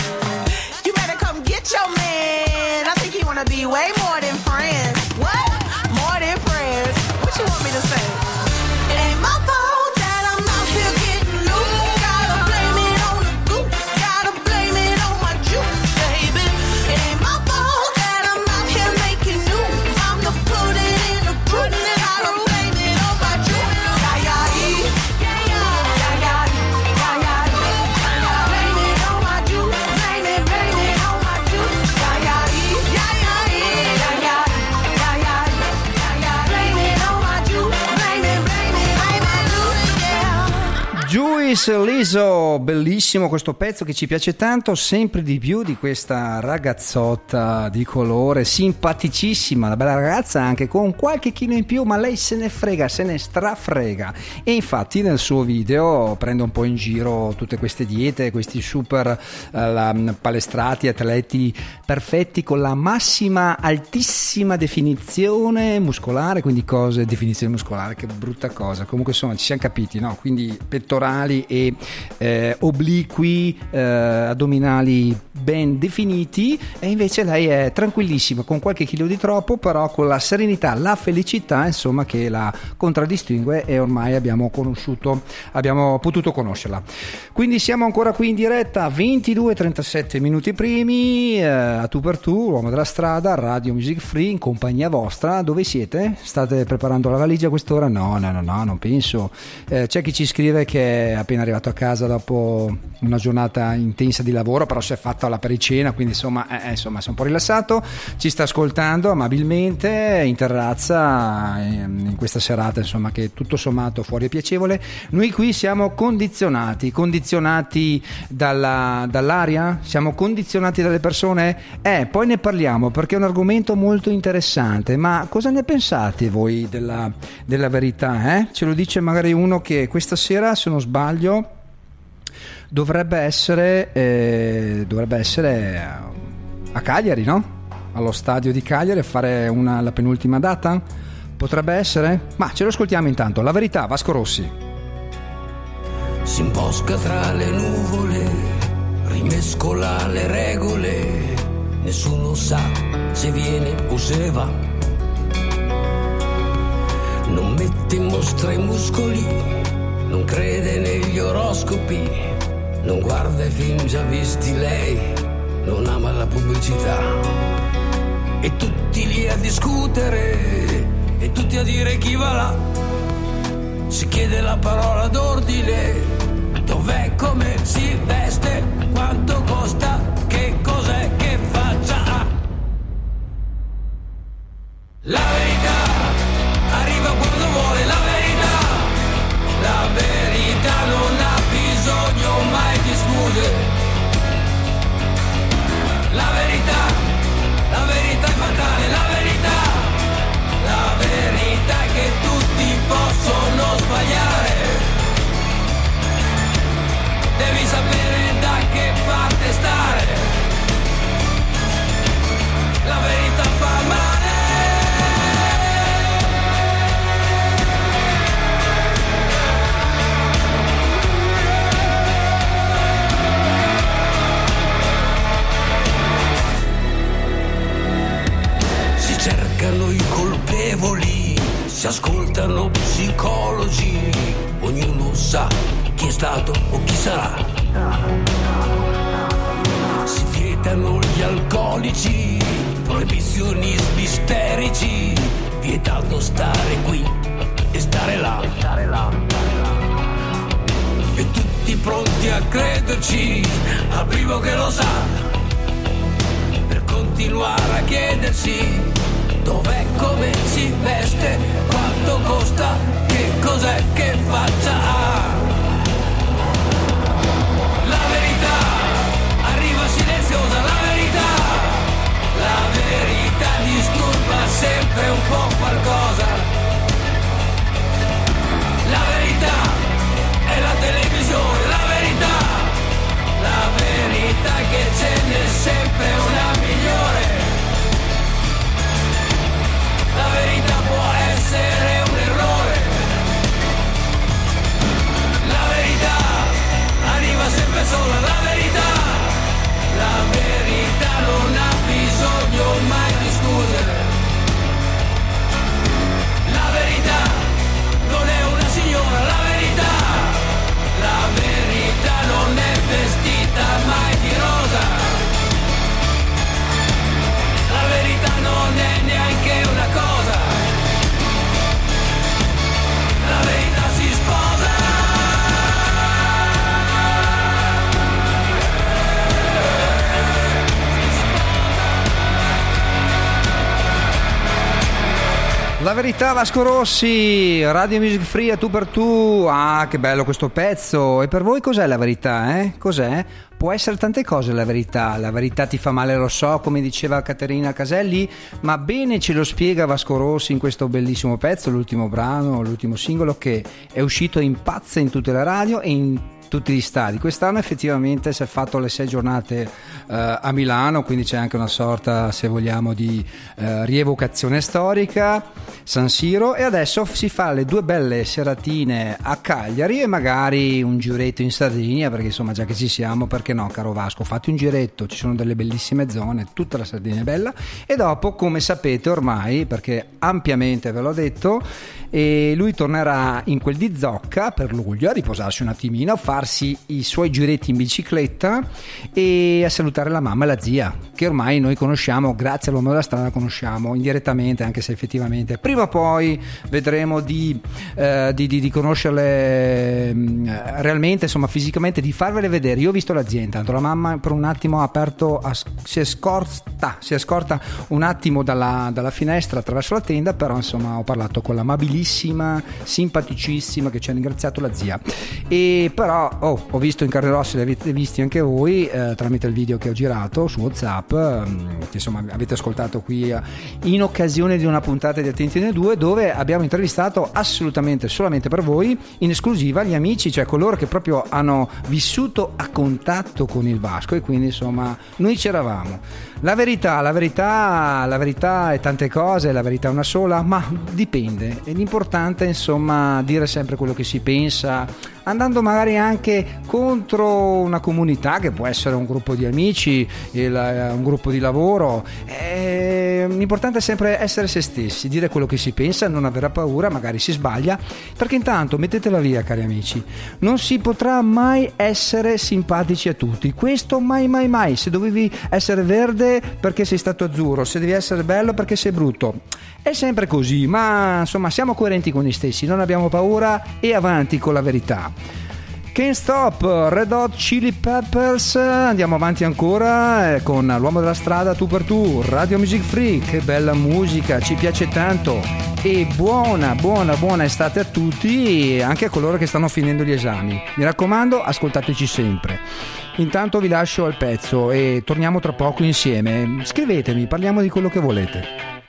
Speaker 5: You better come get your man. I think he wanna be way more than friends. What? More than friends. What you want me to say? It ain't my fault that I'm out here getting loose. Gotta blame it on the goose. Gotta blame it on my juice, baby. It ain't my fault that I'm out here making news. I'm the put it in the proof. Gotta blame it on my juice. Yeah, yeah, yeah, yeah, yeah, yeah, yeah, yeah. Blame it on my juice. Blame it, blame it on my juice. Yeah, yeah, yeah, yeah, yeah, yeah, yeah, yeah, yeah. Blame it on my juice. Blame it, blame it on my juice. Yeah.
Speaker 3: Juice Liso, bellissimo questo pezzo che ci piace tanto, sempre di più di questa ragazzotta di colore, simpaticissima, una bella ragazza anche con qualche chilo in più, ma lei se ne frega, se ne strafrega. E infatti nel suo video prende un po' in giro tutte queste diete, questi super eh, la- palestrati, atleti perfetti con la massima, altissima definizione muscolare, quindi cose, definizione muscolare, che brutta cosa, comunque insomma ci siamo capiti, no? Quindi pettorali e eh, obliqui, eh, addominali ben definiti, e invece lei è tranquillissima con qualche chilo di troppo, però con la serenità, la felicità insomma che la contraddistingue, e ormai abbiamo conosciuto, abbiamo potuto conoscerla. Quindi siamo ancora qui in diretta, ventidue e trentasette minuti primi, eh, a tu per tu, l'uomo della strada, Radio Music Free, in compagnia vostra. Dove siete? State preparando la valigia a quest'ora? No, no, no, no, non penso. Eh, c'è chi ci scrive che è appena arrivato a casa dopo una giornata intensa di lavoro, però si è fatto la pericena, quindi insomma, eh, insomma si è un po' rilassato, ci sta ascoltando amabilmente in terrazza in, in questa serata, insomma, che tutto sommato fuori è piacevole. Noi qui siamo condizionati, condizionati dalla, dall'aria, siamo condizionati dalle persone, eh, poi ne parliamo perché è un argomento molto interessante. Ma cosa ne pensate voi della, della verità? Eh? Ce lo dice magari uno che questa sera, se non sbaglio, dovrebbe essere eh, dovrebbe essere a Cagliari, no? Allo stadio di Cagliari a fare una, la penultima data? Potrebbe essere? Ma ce lo ascoltiamo intanto. La verità, Vasco Rossi.
Speaker 11: Si imbosca tra le nuvole, rimescola le regole, nessuno sa se viene o se va. Non mette in mostra i muscoli, non crede negli oroscopi, non guarda i film già visti lei, non ama la pubblicità. E tutti lì a discutere, e tutti a dire chi va là. Si chiede la parola d'ordine, dov'è, come si veste, quanto costa, che cos'è che faccia. La verità arriva quando vuole, la verità, la verità non ha bisogno mai di scuse. La verità, la verità è fatale, la verità, la verità è che tutti possono sbagliare. Devi sapere da che parte stare. La verità fa male. Cercano i colpevoli, si ascoltano psicologi, ognuno sa chi è stato o chi sarà. Si vietano gli alcolici, proibizionismi isterici, vietato stare qui e stare là.
Speaker 14: a crederci al primo che lo sa, per continuare a chiedersi dov'è, come si veste, quanto costa, che cos'è, che faccia ha. La verità arriva silenziosa, la verità, la verità disturba sempre un po' qualcosa. La verità è la televisione, la verità, la verità che ce n'è sempre una migliore. La verità può essere un errore. La verità arriva sempre sola, la verità, la verità non ha bisogno mai di scuse. La verità non è una signora, la verità, la verità non è vestita mai di rosa. La verità non è neanche una cosa. La verità si sposa.
Speaker 3: La verità, Vasco Rossi, Radio Music Free a tu per tu. Ah, che bello questo pezzo. E per voi cos'è la verità, eh? Cos'è? Può essere tante cose la verità. La verità ti fa male, lo so, come diceva Caterina Caselli, ma bene ce lo spiega Vasco Rossi in questo bellissimo pezzo, l'ultimo brano, l'ultimo singolo che è uscito in pazza in tutte le radio e in tutti gli stadi. Quest'anno effettivamente si è fatto le sei giornate eh, a Milano, quindi c'è anche una sorta, se vogliamo, di eh, rievocazione storica, San Siro, e adesso si fa le due belle seratine a Cagliari e magari un giretto in Sardegna, perché insomma già che ci siamo, perché no, caro Vasco, fatti un giretto, ci sono delle bellissime zone, tutta la Sardegna è bella. E dopo, come sapete ormai, perché ampiamente ve l'ho detto, e lui tornerà in quel di Zocca per luglio a riposarsi un attimino, a farsi i suoi giretti in bicicletta e a salutare la mamma e la zia, che ormai noi conosciamo, grazie all'uomo della strada conosciamo indirettamente, anche se effettivamente prima o poi vedremo di, eh, di, di, di conoscerle mh, realmente, insomma fisicamente, di farvele vedere. Io ho visto l'azienda, tanto la mamma per un attimo ha aperto, ha, si è scorta si è scorta un attimo dalla, dalla finestra attraverso la tenda, però insomma ho parlato con l'amabilissima, simpaticissima, che ci ha ringraziato la zia. E però oh, ho visto in carne e ossa, li avete visti anche voi eh, tramite il video che ho girato su WhatsApp, ehm, che insomma avete ascoltato qui eh, in occasione di una puntata di Attenti noi due, dove abbiamo intervistato assolutamente solamente per voi, in esclusiva, gli amici, cioè coloro che proprio hanno vissuto a contatto con il Vasco, e quindi insomma noi c'eravamo. La verità, la verità, la verità è tante cose, la verità è una sola, ma dipende. E l'importante è insomma dire sempre quello che si pensa, andando magari anche contro una comunità che può essere un gruppo di amici, il, un gruppo di lavoro. E l'importante è sempre essere se stessi, dire quello che si pensa, non avere paura, magari si sbaglia, perché intanto mettetela via, cari amici, non si potrà mai essere simpatici a tutti, questo mai mai mai. Se dovevi essere verde perché sei stato azzurro, se devi essere bello perché sei brutto, è sempre così, ma insomma siamo coerenti con noi stessi, non abbiamo paura e avanti con la verità. Can't Stop, Red Hot Chili Peppers. Andiamo avanti ancora eh, con l'uomo della strada tu per tu, Radio Music Free. Che bella musica, ci piace tanto. E buona buona buona estate a tutti, anche a coloro che stanno finendo gli esami. Mi raccomando, ascoltateci sempre. Intanto vi lascio al pezzo e torniamo tra poco insieme. Scrivetemi, parliamo di quello che volete.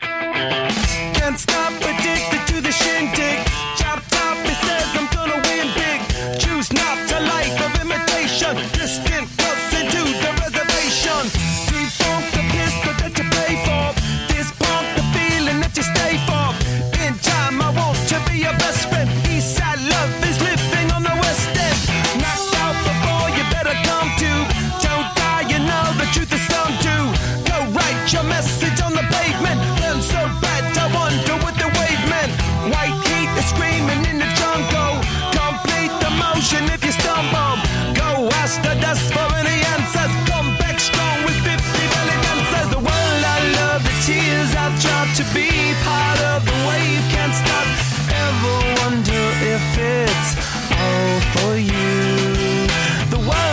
Speaker 11: Can't stop, addicted to the shindig. Chop top, it says I'm gonna win big. Choose not a life of imitation. Distant close into the reservation. Defunct the pistol that you pay for. This pump the feeling that you stay for. In time I want to be your best friend. Eastside love is living on the west end. Knocked out before you better come to. Don't die, you know the truth is some do. Go write your message on the pavement. Burn so bad I wonder what the wave meant. White heat is screaming in the jungle. Complete the motion if you stumble. Go ask the dust for any answers. Come back strong with fifty belly dancers. The world I love, the tears I've dropped. To be part of the wave, can't stop. Ever wonder if it's all for you? The world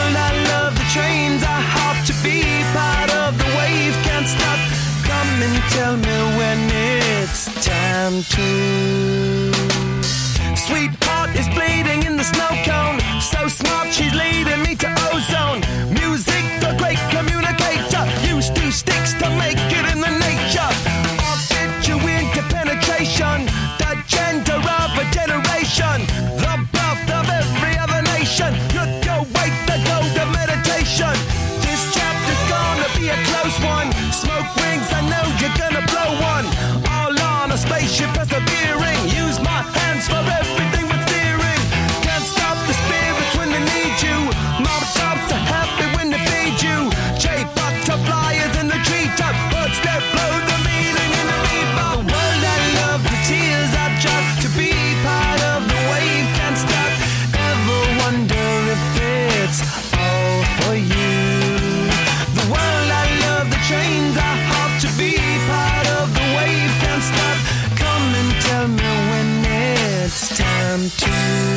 Speaker 12: time to. Sweetheart is bleeding in the snow cone. So smart, she's leading me to ozone. Music, the great communicator. Used two sticks to make it in the nature. I'll fit you into penetration. The gender of a generation. The birth of every other nation. Look your way, the gold of meditation. This chapter's gonna be a close one. Smoke rings, I know you're gonna blow one. All on a spaceship persevering. Use my hands for everything but steering. Can't stop the spirits when they need you. Mob tops are happy when they feed you. J butterflies in the treetop. Birds that blow the meaning in the bebop. The world I love, the tears I drop. To be part of the wave can't stop. Ever wonder if it's all for you? The world I love, the trains I hop. To be part of the wave can't stop. Come and tell me when it's time to.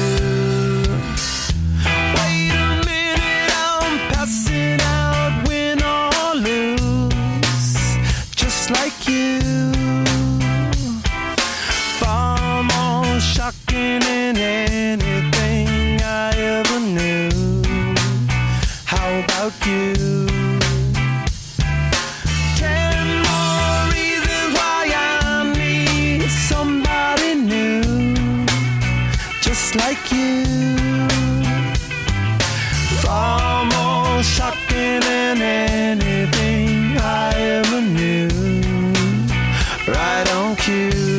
Speaker 12: Wait a minute, I'm passing out, win or lose, just like you. Far more shocking than anything I ever knew. How about you? Ten more reasons why I need somebody new, just like you. Far more shocking than anything I ever knew. Right on cue.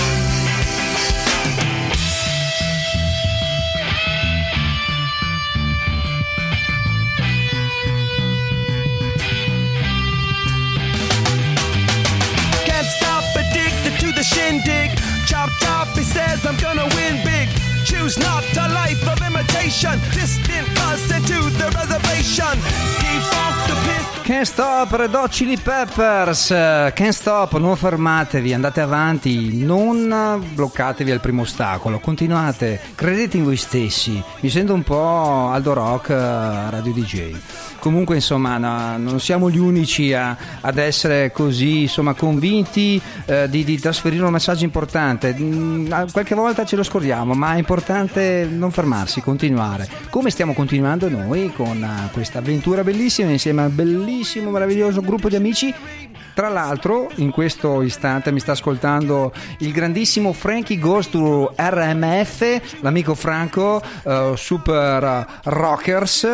Speaker 12: Can't stop, addicted to the shindig. Chop chop, he says I'm gonna win big. Choose not a life of imitation. Distant us into the reservation. Defunct the pistol.
Speaker 3: Can't Stop, Red Hot Chili Peppers. Can't Stop, non fermatevi, andate avanti, non bloccatevi al primo ostacolo, continuate, credete in voi stessi. Mi sento un po' Aldo Rock, Radio D J. Comunque insomma no, non siamo gli unici a, ad essere così insomma convinti eh, di, di trasferire un messaggio importante. Mm, qualche volta ce lo scordiamo, ma è importante non fermarsi, continuare, come stiamo continuando noi con uh, questa avventura bellissima insieme al bellissimo meraviglioso gruppo di amici. Tra l'altro in questo istante mi sta ascoltando il grandissimo Frankie Goes to R M F, l'amico Franco, uh, super rockers,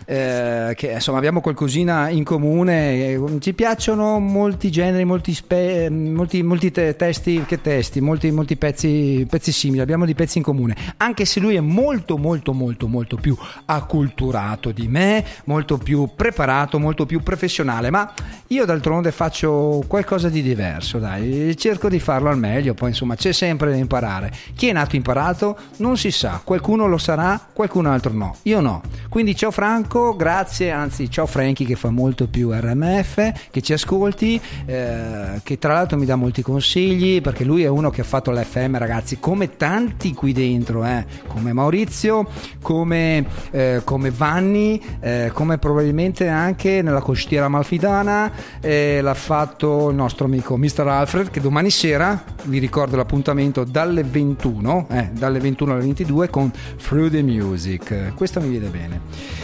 Speaker 3: eh, che insomma abbiamo qualcosina in comune. Ci piacciono molti generi, molti, spe, molti, molti te- testi, che testi, molti, molti pezzi, pezzi simili, abbiamo dei pezzi in comune, anche se lui è molto molto molto molto più acculturato di me, molto più preparato, molto più professionale, ma io d'altronde faccio qualcosa di diverso, dai, cerco di farlo al meglio, poi insomma c'è sempre da imparare. Chi è nato imparato non si sa, qualcuno lo sarà, qualcun altro no, io no. Quindi ciao Franco, grazie, anzi ciao Frankie che fa molto più R M F, che ci ascolti, eh, che tra l'altro mi dà molti consigli, perché lui è uno che ha fatto l'F M, ragazzi, come tanti qui dentro, eh, come Maurizio, come, eh, come Vanni, eh, come probabilmente anche nella costiera amalfitana, eh, l'ha fatto il nostro amico mister Alfred, che domani sera vi ricordo l'appuntamento dalle ventuno, eh, dalle ventuno alle ventidue con Through the Music. Questo mi viene bene.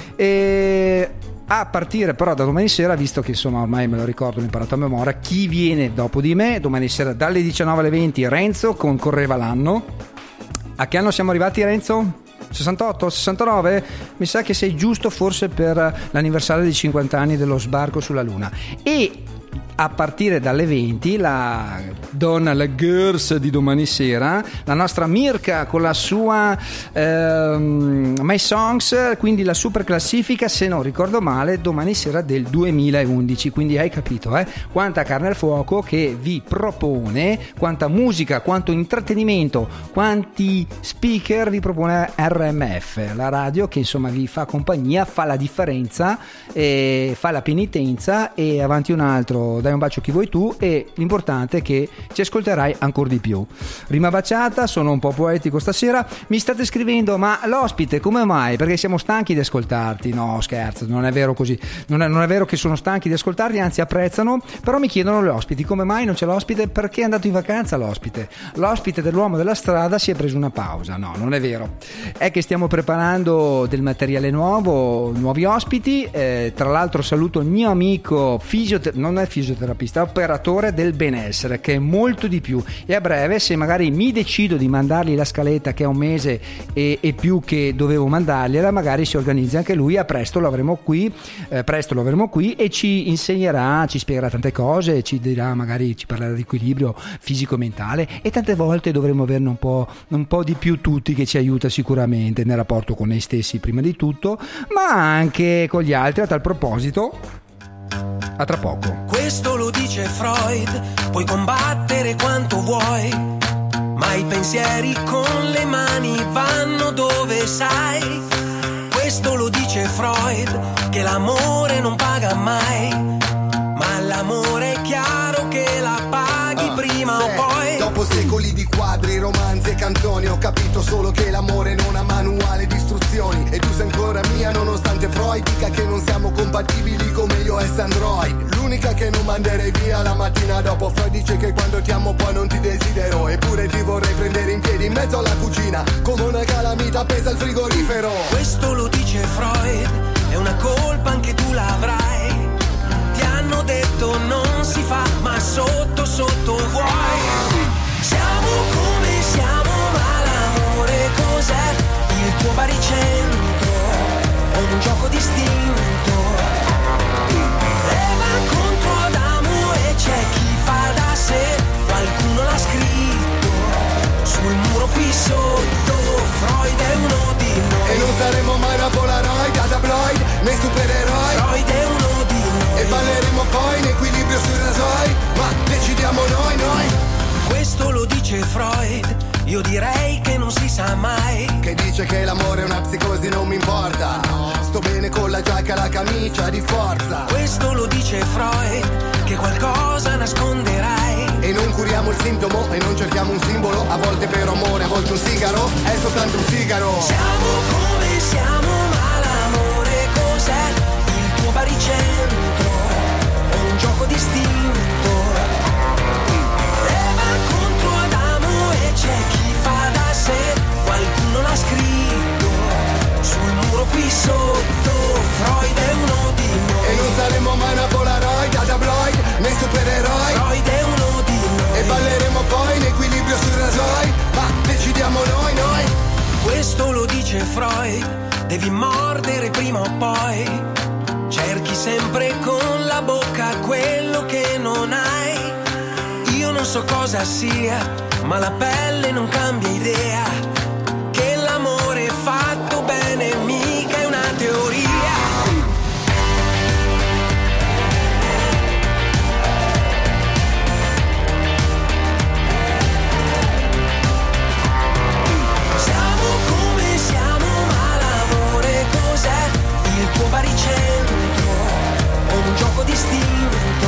Speaker 3: E a partire però da domani sera, visto che insomma ormai me lo ricordo, l'ho imparato a memoria, chi viene dopo di me domani sera dalle diciannove alle venti, Renzo con Correva l'anno. A che anno siamo arrivati, Renzo? sessantotto, sessantanove? Mi sa che sei giusto forse per l'anniversario dei cinquanta anni dello sbarco sulla Luna. E a partire dalle venti la donna, la girls di domani sera, la nostra Mirka con la sua ehm, My Songs, quindi la super classifica, se non ricordo male, domani sera del duemilaundici. Quindi hai capito eh? quanta carne al fuoco che vi propone, quanta musica, quanto intrattenimento, quanti speaker vi propone R M F, la radio che insomma vi fa compagnia, fa la differenza, e fa la penitenza, e avanti un altro dai un bacio a chi vuoi tu, e l'importante è che ci ascolterai ancora di più. Rima baciata, sono un po' poetico stasera. Mi state scrivendo: ma l'ospite come mai? Perché siamo stanchi di ascoltarti. No, scherzo, non è vero così, non è, non è vero che sono stanchi di ascoltarti, anzi apprezzano, però mi chiedono gli ospiti come mai non c'è l'ospite, perché è andato in vacanza l'ospite l'ospite dell'uomo della strada si è preso una pausa. No, non è vero, è che stiamo preparando del materiale nuovo, nuovi ospiti. Eh, tra l'altro saluto il mio amico fisiotera- non è fisioterapista, è operatore del benessere, che è molto di più, e a breve, se magari mi decido di mandargli la scaletta che è un mese e, e più che dovevo mandargliela, magari si organizza anche lui. A presto lo avremo qui eh, presto lo avremo qui e ci insegnerà, ci spiegherà tante cose, ci dirà, magari ci parlerà di equilibrio fisico-mentale, e tante volte dovremo averne un po', un po' di più tutti, che ci aiuta sicuramente nel rapporto con noi stessi prima di tutto, ma anche con gli altri. A tal proposito, a tra poco.
Speaker 11: Questo lo dice Freud, puoi combattere quanto vuoi, ma i pensieri con le mani vanno dove sai. Questo lo dice Freud, che l'amore non paga mai, ma l'amore è chiaro che la paghi uh, prima se, o poi.
Speaker 15: Dopo secoli di quadri, romanzi e canzoni, ho capito solo che l'amore non ha manuale di istruzioni, e tu sei ancora mia nonostante Freud dica che non siamo compatibili come io e Android. L'unica che non manderei via la mattina dopo. Freud dice che quando ti amo poi non ti desidero, eppure ti vorrei prendere in piedi in mezzo alla cucina come una calamita appesa al frigorifero.
Speaker 11: Questo lo dice Freud, è una colpa anche tu l'avrai. Ti hanno detto non si fa, ma sotto sotto vuoi. Siamo come siamo, ma l'amore cos'è? Il tuo baricentro o un gioco distinto? Eva contro Adamo e c'è chi fa da sé, qualcuno l'ha scritto sul muro qui sotto. Freud è uno di noi,
Speaker 15: e non saremo mai una Polaroid, a tabloid, né supereroi.
Speaker 11: Freud è uno di noi,
Speaker 15: e balleremo poi in equilibrio sui rasoi, ma decidiamo noi, noi.
Speaker 11: Questo lo dice Freud, io direi che non si sa mai.
Speaker 15: Che dice che l'amore è una psicosi, non mi importa, sto bene con la giacca e la camicia di forza.
Speaker 11: Questo lo dice Freud, che qualcosa nasconderai.
Speaker 15: E non curiamo il sintomo e non cerchiamo un simbolo, a volte per amore, a volte un sigaro, è soltanto un sigaro.
Speaker 11: Siamo come siamo, ma l'amore cos'è? Il tuo baricentro o un gioco distinto? Eva contro Adamo e c'è chi fa da sé, qualcuno l'ha scritto sul muro qui sotto. Freud è uno di noi,
Speaker 15: e non saremo mai una Polaroid, a tabloid, né supereroi.
Speaker 11: Freud è uno di noi,
Speaker 15: e balleremo poi in equilibrio sui rasoi, ma decidiamo noi, noi.
Speaker 11: Questo lo dice Freud, devi mordere prima o poi. Cerchi sempre con la bocca quello che non hai. Io non so cosa sia, ma la pelle non cambia idea, che l'amore fatto bene mica è una teoria. Siamo come siamo, ma l'amore cos'è? Il tuo baricentro o un gioco distinto?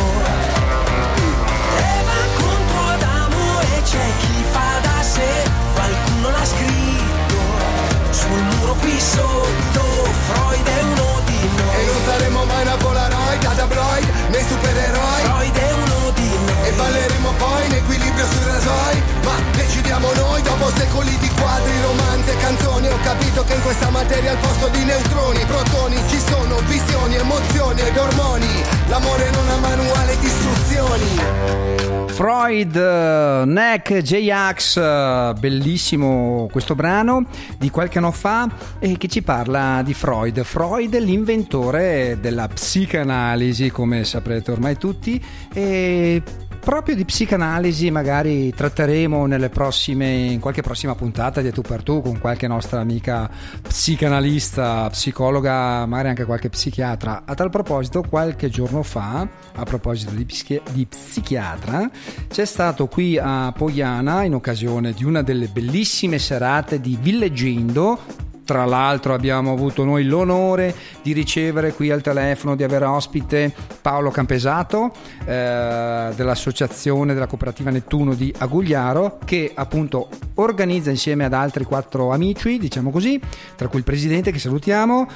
Speaker 11: Eva contro Adamo e c'è chi fa da sé, qualcuno l'ha scritto sul muro qui sotto. Freud è uno di noi,
Speaker 15: e non saremo mai una Polaroid, a tabloid, né supereroi.
Speaker 11: Freud è uno di noi,
Speaker 15: e balleremo poi in equilibrio sui rasoi, ma decidiamo noi. Dopo secoli di quadri, romanzi e canzoni, ho capito che in questa materia al posto di neutroni, protoni, ci sono visioni, emozioni ed ormoni. L'amore non ha manuale di istruzioni.
Speaker 3: Freud, uh, Neck, J-Ax, uh, bellissimo questo brano di qualche anno fa, e che ci parla di Freud. Freud, l'inventore della psicanalisi, come saprete ormai tutti, e proprio di psicanalisi magari tratteremo nelle prossime, in qualche prossima puntata di A Tu per Tu, con qualche nostra amica psicanalista, psicologa, magari anche qualche psichiatra. A tal proposito, qualche giorno fa, a proposito di, psichi- di psichiatra, c'è stato qui a Poiana, in occasione di una delle bellissime serate di Villeggendo, Tra l'altro abbiamo avuto noi l'onore di ricevere qui al telefono, di avere ospite Paolo Campesato eh, dell'associazione della cooperativa Nettuno di Agugliaro, che appunto organizza insieme ad altri quattro amici, diciamo così, tra cui il presidente che salutiamo,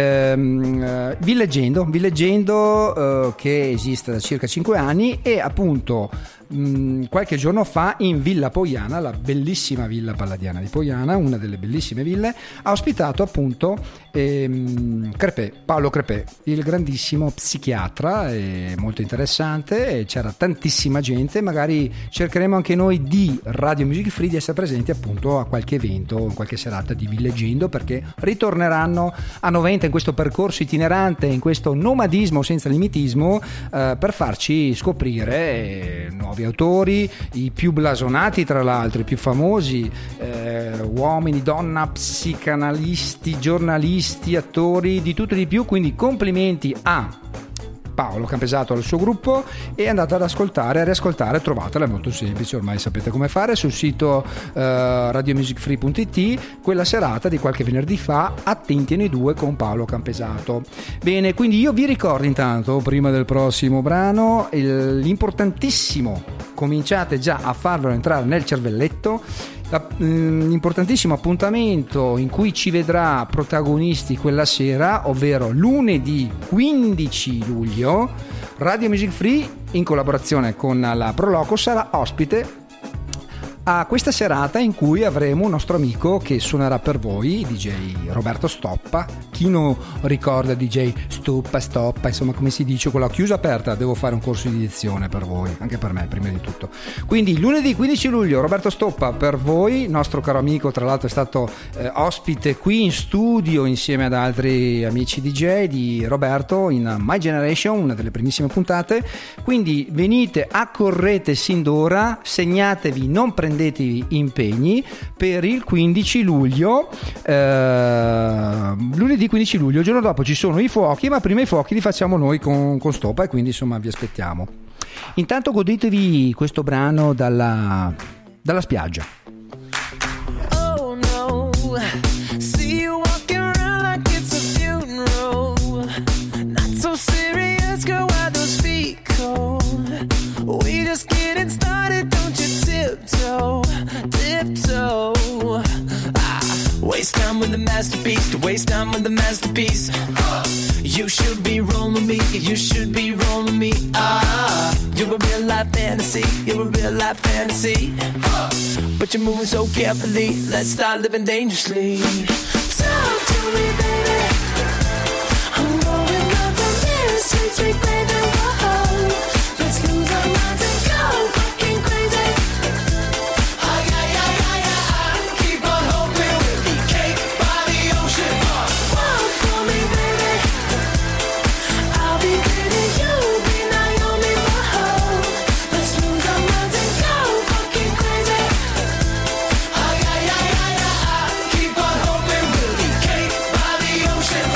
Speaker 3: ehm, Villeggendo, Villeggendo eh, che esiste da circa cinque anni e appunto mh, qualche giorno fa in Villa Poiana, la bellissima villa palladiana di Poiana, una delle bellissime ville, ha ospitato appunto ehm, Crepè, Paolo Crepè, il grandissimo psichiatra, e molto interessante, e c'era tantissima gente. Magari cercheremo anche noi di Radio Music Free di essere presenti appunto a qualche evento, in qualche serata di Villeggendo, perché ritorneranno a Noventa in questo percorso itinerante, in questo nomadismo senza limitismo, eh, per farci scoprire nuovi autori, i più blasonati tra l'altro, i più famosi, eh, uomini, donna, psicanalisti, giornalisti, attori, di tutto e di più. Quindi complimenti a Paolo Campesato al suo gruppo, e andate ad ascoltare, a riascoltare, trovatela, è molto semplice, ormai sapete come fare, sul sito eh, radio music free punto it, quella serata di qualche venerdì fa, Attenti nei due con Paolo Campesato. Bene, quindi io vi ricordo intanto, prima del prossimo brano, il, l'importantissimo, cominciate già a farlo entrare nel cervelletto, l'importantissimo appuntamento in cui ci vedrà protagonisti quella sera, ovvero lunedì quindici luglio, Radio Music Free in collaborazione con la Proloco sarà ospite a questa serata in cui avremo un nostro amico che suonerà per voi, D J Roberto Stoppa. Chi non ricorda D J Stoppa, Stoppa, insomma come si dice, con la chiusa aperta, devo fare un corso di dizione per voi, anche per me prima di tutto. Quindi lunedì quindici luglio Roberto Stoppa per voi, nostro caro amico, tra l'altro è stato eh, ospite qui in studio insieme ad altri amici D J di Roberto in My Generation, una delle primissime puntate. Quindi venite, accorrete sin d'ora, segnatevi, non prendete impegni per il quindici luglio, eh, lunedì quindici luglio. Il giorno dopo ci sono i fuochi, ma prima i fuochi li facciamo noi con, con Stoppa, e quindi insomma vi aspettiamo. Intanto godetevi questo brano dalla, dalla spiaggia.
Speaker 11: Oh no, see you walking around like it's a funeral. Not so serious, girl, why those feet cold? We just getting started, don't you tiptoe, tiptoe. Ah, waste time with the masterpiece, to waste time with the masterpiece. Uh, you should be rolling me, you should be rolling me. Ah, you're a real life fantasy, you're a real life fantasy. Uh, but you're moving so carefully, let's start living dangerously. Talk to me, baby. I'm going up from here, sweet, sweet baby. Whoa, let's lose our minds and go fucking crazy. Ay, ay, ay, ay, ay, keep on hoping we'll be cake by the ocean. Walk for me, baby. I'll be pretty, you'll be Naomi. Whoa, let's lose our minds and go fucking crazy. Ay, ay, ay, ay, ay, keep on hoping we'll be cake by the ocean.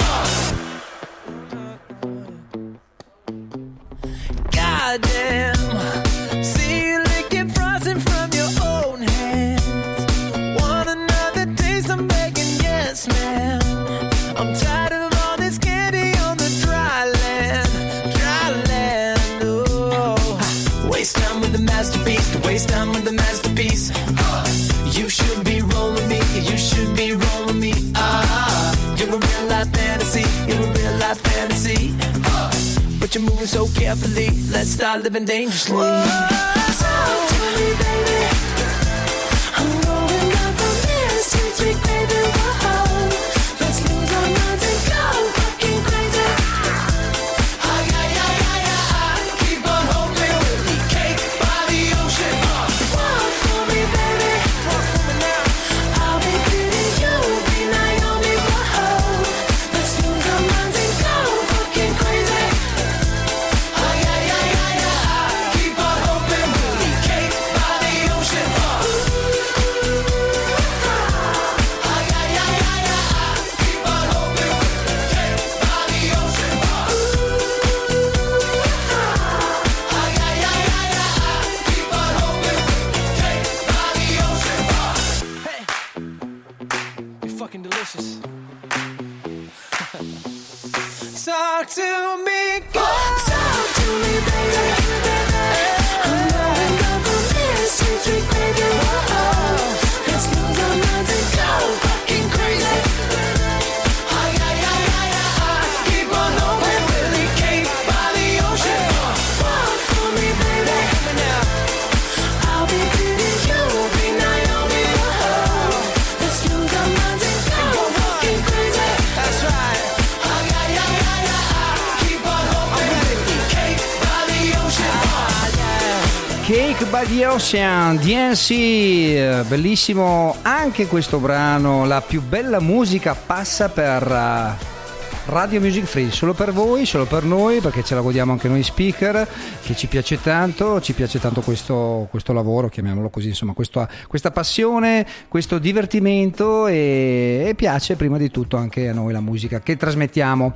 Speaker 11: Goddamn, see you licking frosting from your own hands. Want another taste? I'm begging, yes, ma'am. I'm tired of all this candy on the dry land, dry land. Oh, waste time with the masterpiece, to waste time with the masterpiece. Uh, you should be rolling me, you should be rolling me. Ah, you're a real life fantasy, you're a real life fantasy. Uh, but you're moving so carefully, let's start living dangerously. Talk to me, baby. I'm going up from here, sweet, sweet baby. Whoa, let's lose our minds and go fucking crazy. Ay, ay, ay, ay, ay, keep on hoping we'll be cake by the ocean. Walk for me, baby. Walk for me now. I'll be pretty, you'll be Naomi. Whoa, let's lose our minds and go fucking crazy. Ay, ay, ay, ay, ay, keep on hoping we'll be cake by the ocean. Ay, ay, ay, ay, Talk to me, go. Talk to me, baby. I'm rolling up on this sweet, sweet baby. Whoa, let's lose our minds and go fucking crazy. Ay, ay, ay, ay, ay. Keep on hoping we'll be Cape by the ocean. Walk for me, baby. I'll be Diddy, you'll be Naomi. Whoa, let's lose our minds and go fucking crazy. That's right.
Speaker 3: Cake by the Ocean, D N C, bellissimo anche questo brano. La più bella musica passa per Radio Music Free, solo per voi, solo per noi, perché ce la godiamo anche noi speaker, che ci piace tanto, ci piace tanto questo, questo lavoro, chiamiamolo così, insomma, questo, questa passione, questo divertimento e, e piace prima di tutto anche a noi la musica che trasmettiamo.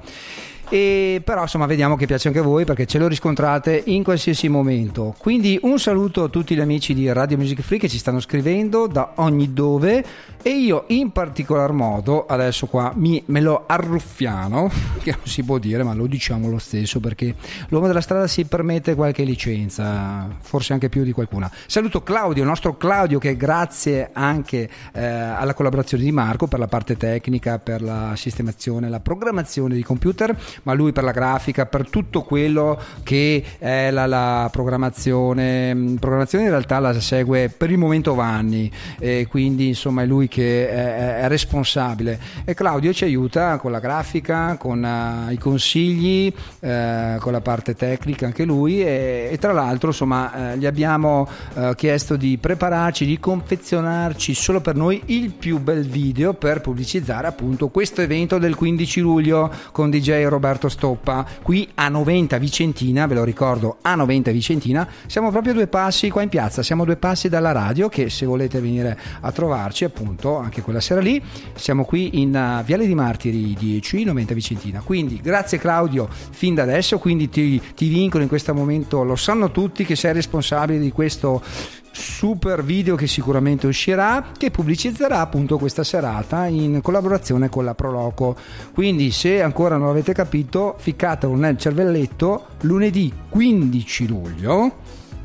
Speaker 3: E però insomma vediamo che piace anche a voi, perché ce lo riscontrate in qualsiasi momento. Quindi un saluto a tutti gli amici di Radio Music Free che ci stanno scrivendo da ogni dove, e io in particolar modo adesso qua mi, me lo arruffiano, che non si può dire ma lo diciamo lo stesso, perché l'uomo della strada si permette qualche licenza, forse anche più di qualcuna. Saluto Claudio, il nostro Claudio, che grazie anche eh, alla collaborazione di Marco per la parte tecnica, per la sistemazione, la programmazione di computer, ma lui per la grafica, per tutto quello che è la, la programmazione programmazione in realtà la segue per il momento Vanni, e quindi insomma è lui che è, è responsabile, e Claudio ci aiuta con la grafica, con uh, i consigli, uh, con la parte tecnica anche lui, e, e tra l'altro insomma uh, gli abbiamo uh, chiesto di prepararci, di confezionarci solo per noi il più bel video per pubblicizzare appunto questo evento del quindici luglio con D J Roberto Stoppa qui a Noventa Vicentina. Ve lo ricordo, a Noventa Vicentina, siamo proprio due passi qua in piazza, siamo due passi dalla radio, che se volete venire a trovarci appunto anche quella sera lì, siamo qui in uh, Viale di Martiri dieci, Noventa Vicentina. Quindi grazie Claudio fin da adesso, quindi ti, ti vincolo in questo momento, lo sanno tutti che sei responsabile di questo super video che sicuramente uscirà, che pubblicizzerà appunto questa serata in collaborazione con la Proloco. Quindi se ancora non l'avete capito, ficcatelo nel cervelletto, lunedì quindici luglio,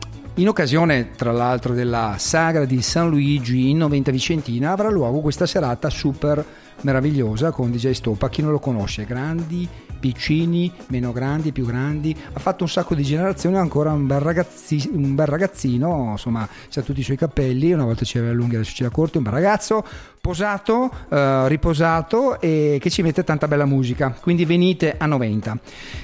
Speaker 3: in occasione tra l'altro della sagra di San Luigi in Noventa Vicentina, avrà luogo questa serata super meravigliosa con D J Stoppa. Chi non lo conosce, grandi, piccini, meno grandi, più grandi, ha fatto un sacco di generazioni, è ancora un bel, ragazzi, un bel ragazzino, insomma c'ha tutti i suoi capelli, una volta ce l'aveva lunghi, adesso ce l'ha corti, un bel ragazzo posato, eh, riposato, e che ci mette tanta bella musica, quindi venite a Noventa.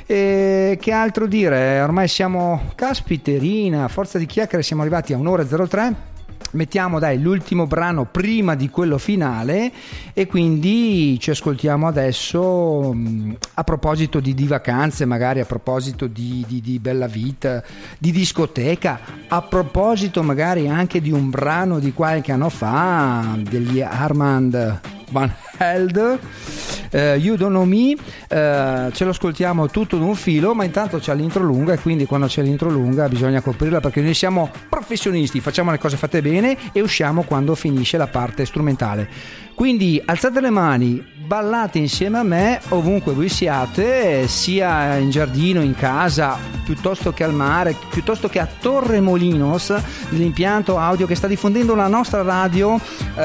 Speaker 3: E che altro dire, ormai siamo, caspiterina, a forza di chiacchiere siamo arrivati a un'ora e zero tre. Mettiamo dai l'ultimo brano prima di quello finale, e quindi ci ascoltiamo adesso a proposito di, di vacanze, magari a proposito di, di, di bella vita, di discoteca, a proposito magari anche di un brano di qualche anno fa degli Armand Van Helden, uh, You Don't Know Me. Uh, ce lo ascoltiamo tutto d'un filo, ma intanto c'è l'intro lunga, e quindi quando c'è l'intro lunga bisogna coprirla, perché noi siamo professionisti, facciamo le cose fatte bene e usciamo quando finisce la parte strumentale. Quindi alzate le mani, ballate insieme a me ovunque voi siate, sia in giardino, in casa, piuttosto che al mare, piuttosto che a Torre Molinos, l'impianto audio che sta diffondendo la nostra radio,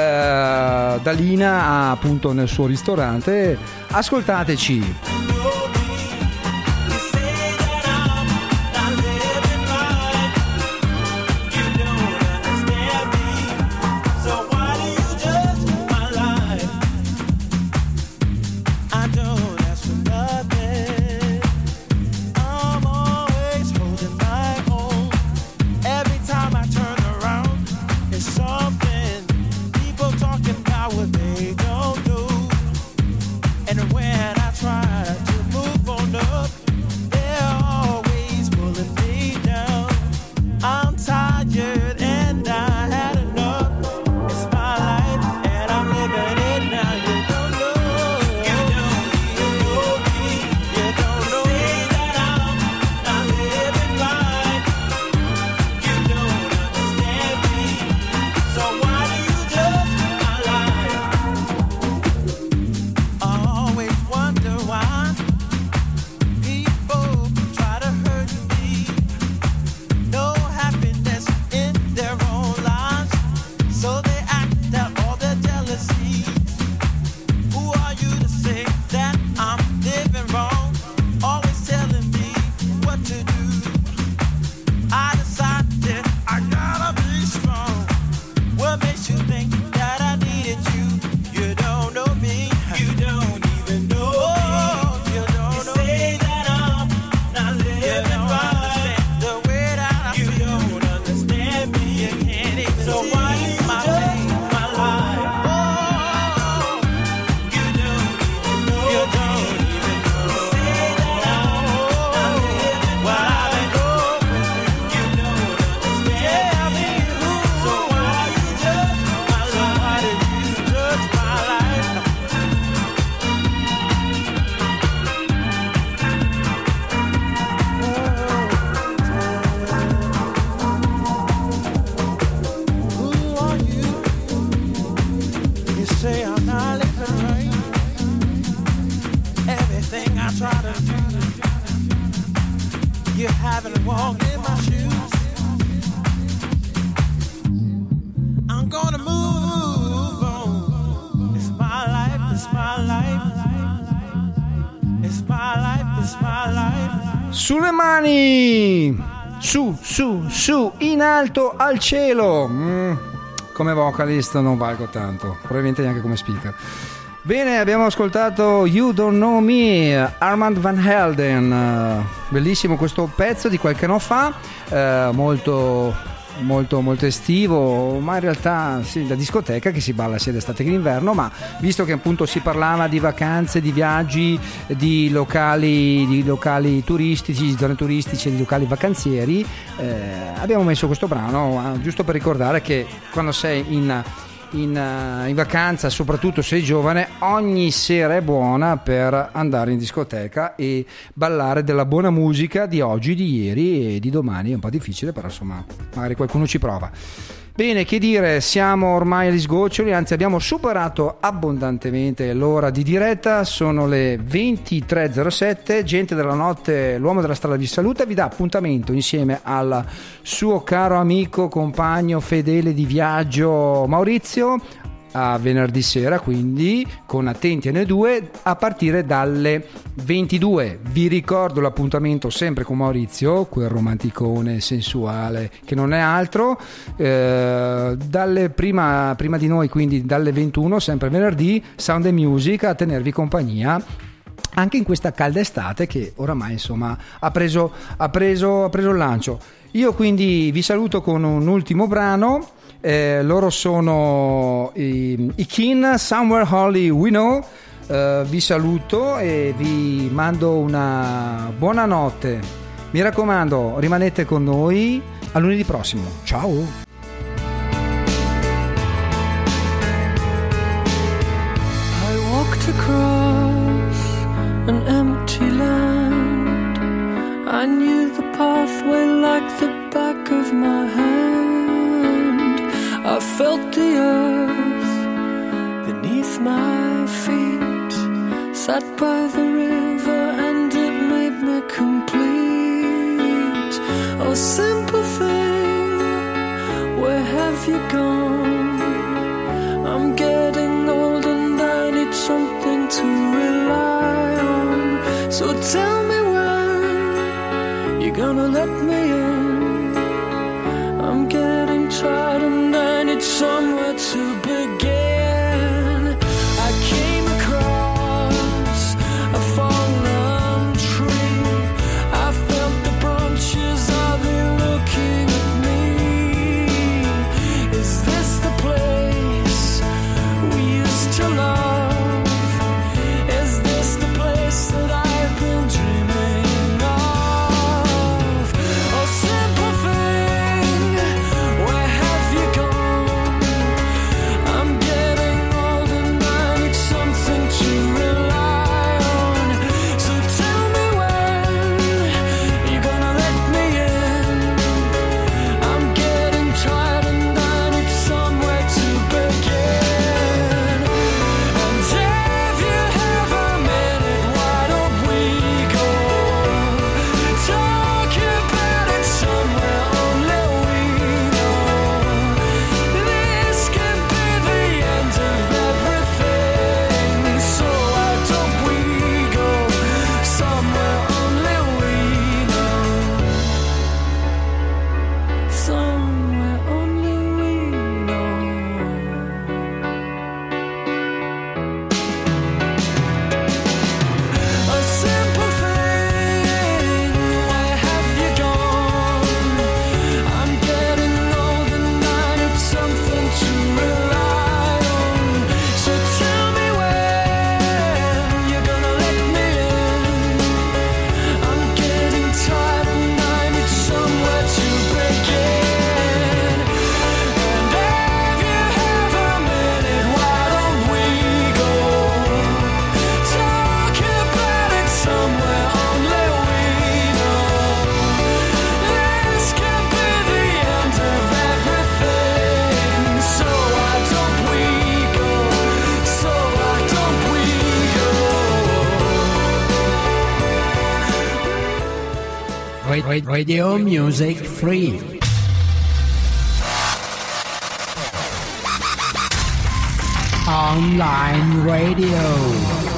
Speaker 3: eh, da Lina a, appunto nel suo ristorante. Ascoltateci.
Speaker 11: you haven't walked in my shoes. I'm gonna move on. It's my life, it's my life. It's my life, it's my life.
Speaker 3: Sulle mani! Su, su, su, in alto al cielo! Mm, come vocalist non valgo tanto, probabilmente neanche come speaker. Bene, abbiamo ascoltato You Don't Know Me, Armand Van Helden. Bellissimo questo pezzo di qualche anno fa, eh, molto, molto, molto estivo, ma in realtà sì, da discoteca che si balla sia d'estate che d'inverno. Ma visto che appunto si parlava di vacanze, di viaggi, di locali, di locali turistici, di zone turistiche, di locali vacanzieri, eh, abbiamo messo questo brano eh, giusto per ricordare che quando sei in In, uh, in vacanza, soprattutto se sei giovane, ogni sera è buona per andare in discoteca e ballare della buona musica di oggi, di ieri e di domani. È un po' difficile, però insomma magari qualcuno ci prova. Bene, che dire, siamo ormai agli sgoccioli, anzi abbiamo superato abbondantemente l'ora di diretta, sono le ventitré e zero sette. Gente della notte, l'uomo della strada vi saluta e vi dà appuntamento insieme al suo caro amico, compagno fedele di viaggio Maurizio a venerdì sera, quindi con Attenti a noi due a partire dalle ventidue. Vi ricordo l'appuntamento sempre con Maurizio, quel romanticone sensuale che non è altro, eh, dalle prima, prima di noi, quindi dalle ventuno, sempre venerdì, Sound and Music a tenervi compagnia anche in questa calda estate che oramai insomma ha preso, ha preso, ha preso il lancio. Io quindi vi saluto con un ultimo brano. Eh, loro sono i, i Kin, Somewhere Only We Know. Eh, vi saluto e vi mando una buona notte. Mi raccomando, rimanete con noi a lunedì prossimo. Ciao.
Speaker 16: I walked across an empty land. I knew the pathway like the back of my hand. I felt the earth beneath my feet, sat by the river and it made me complete. Oh, simple thing, where have you gone? I'm getting old and I need something to rely on. So tell me when you're gonna let me in. I'm getting tired and I need somewhere to begin. I came across a fallen tree. I felt the branches of it looking at me. Is this the place we used to love? Is this the place that I've been dreaming of? Oh, simple thing, where have you gone?
Speaker 1: Ra- Radio Music Free. Online radio.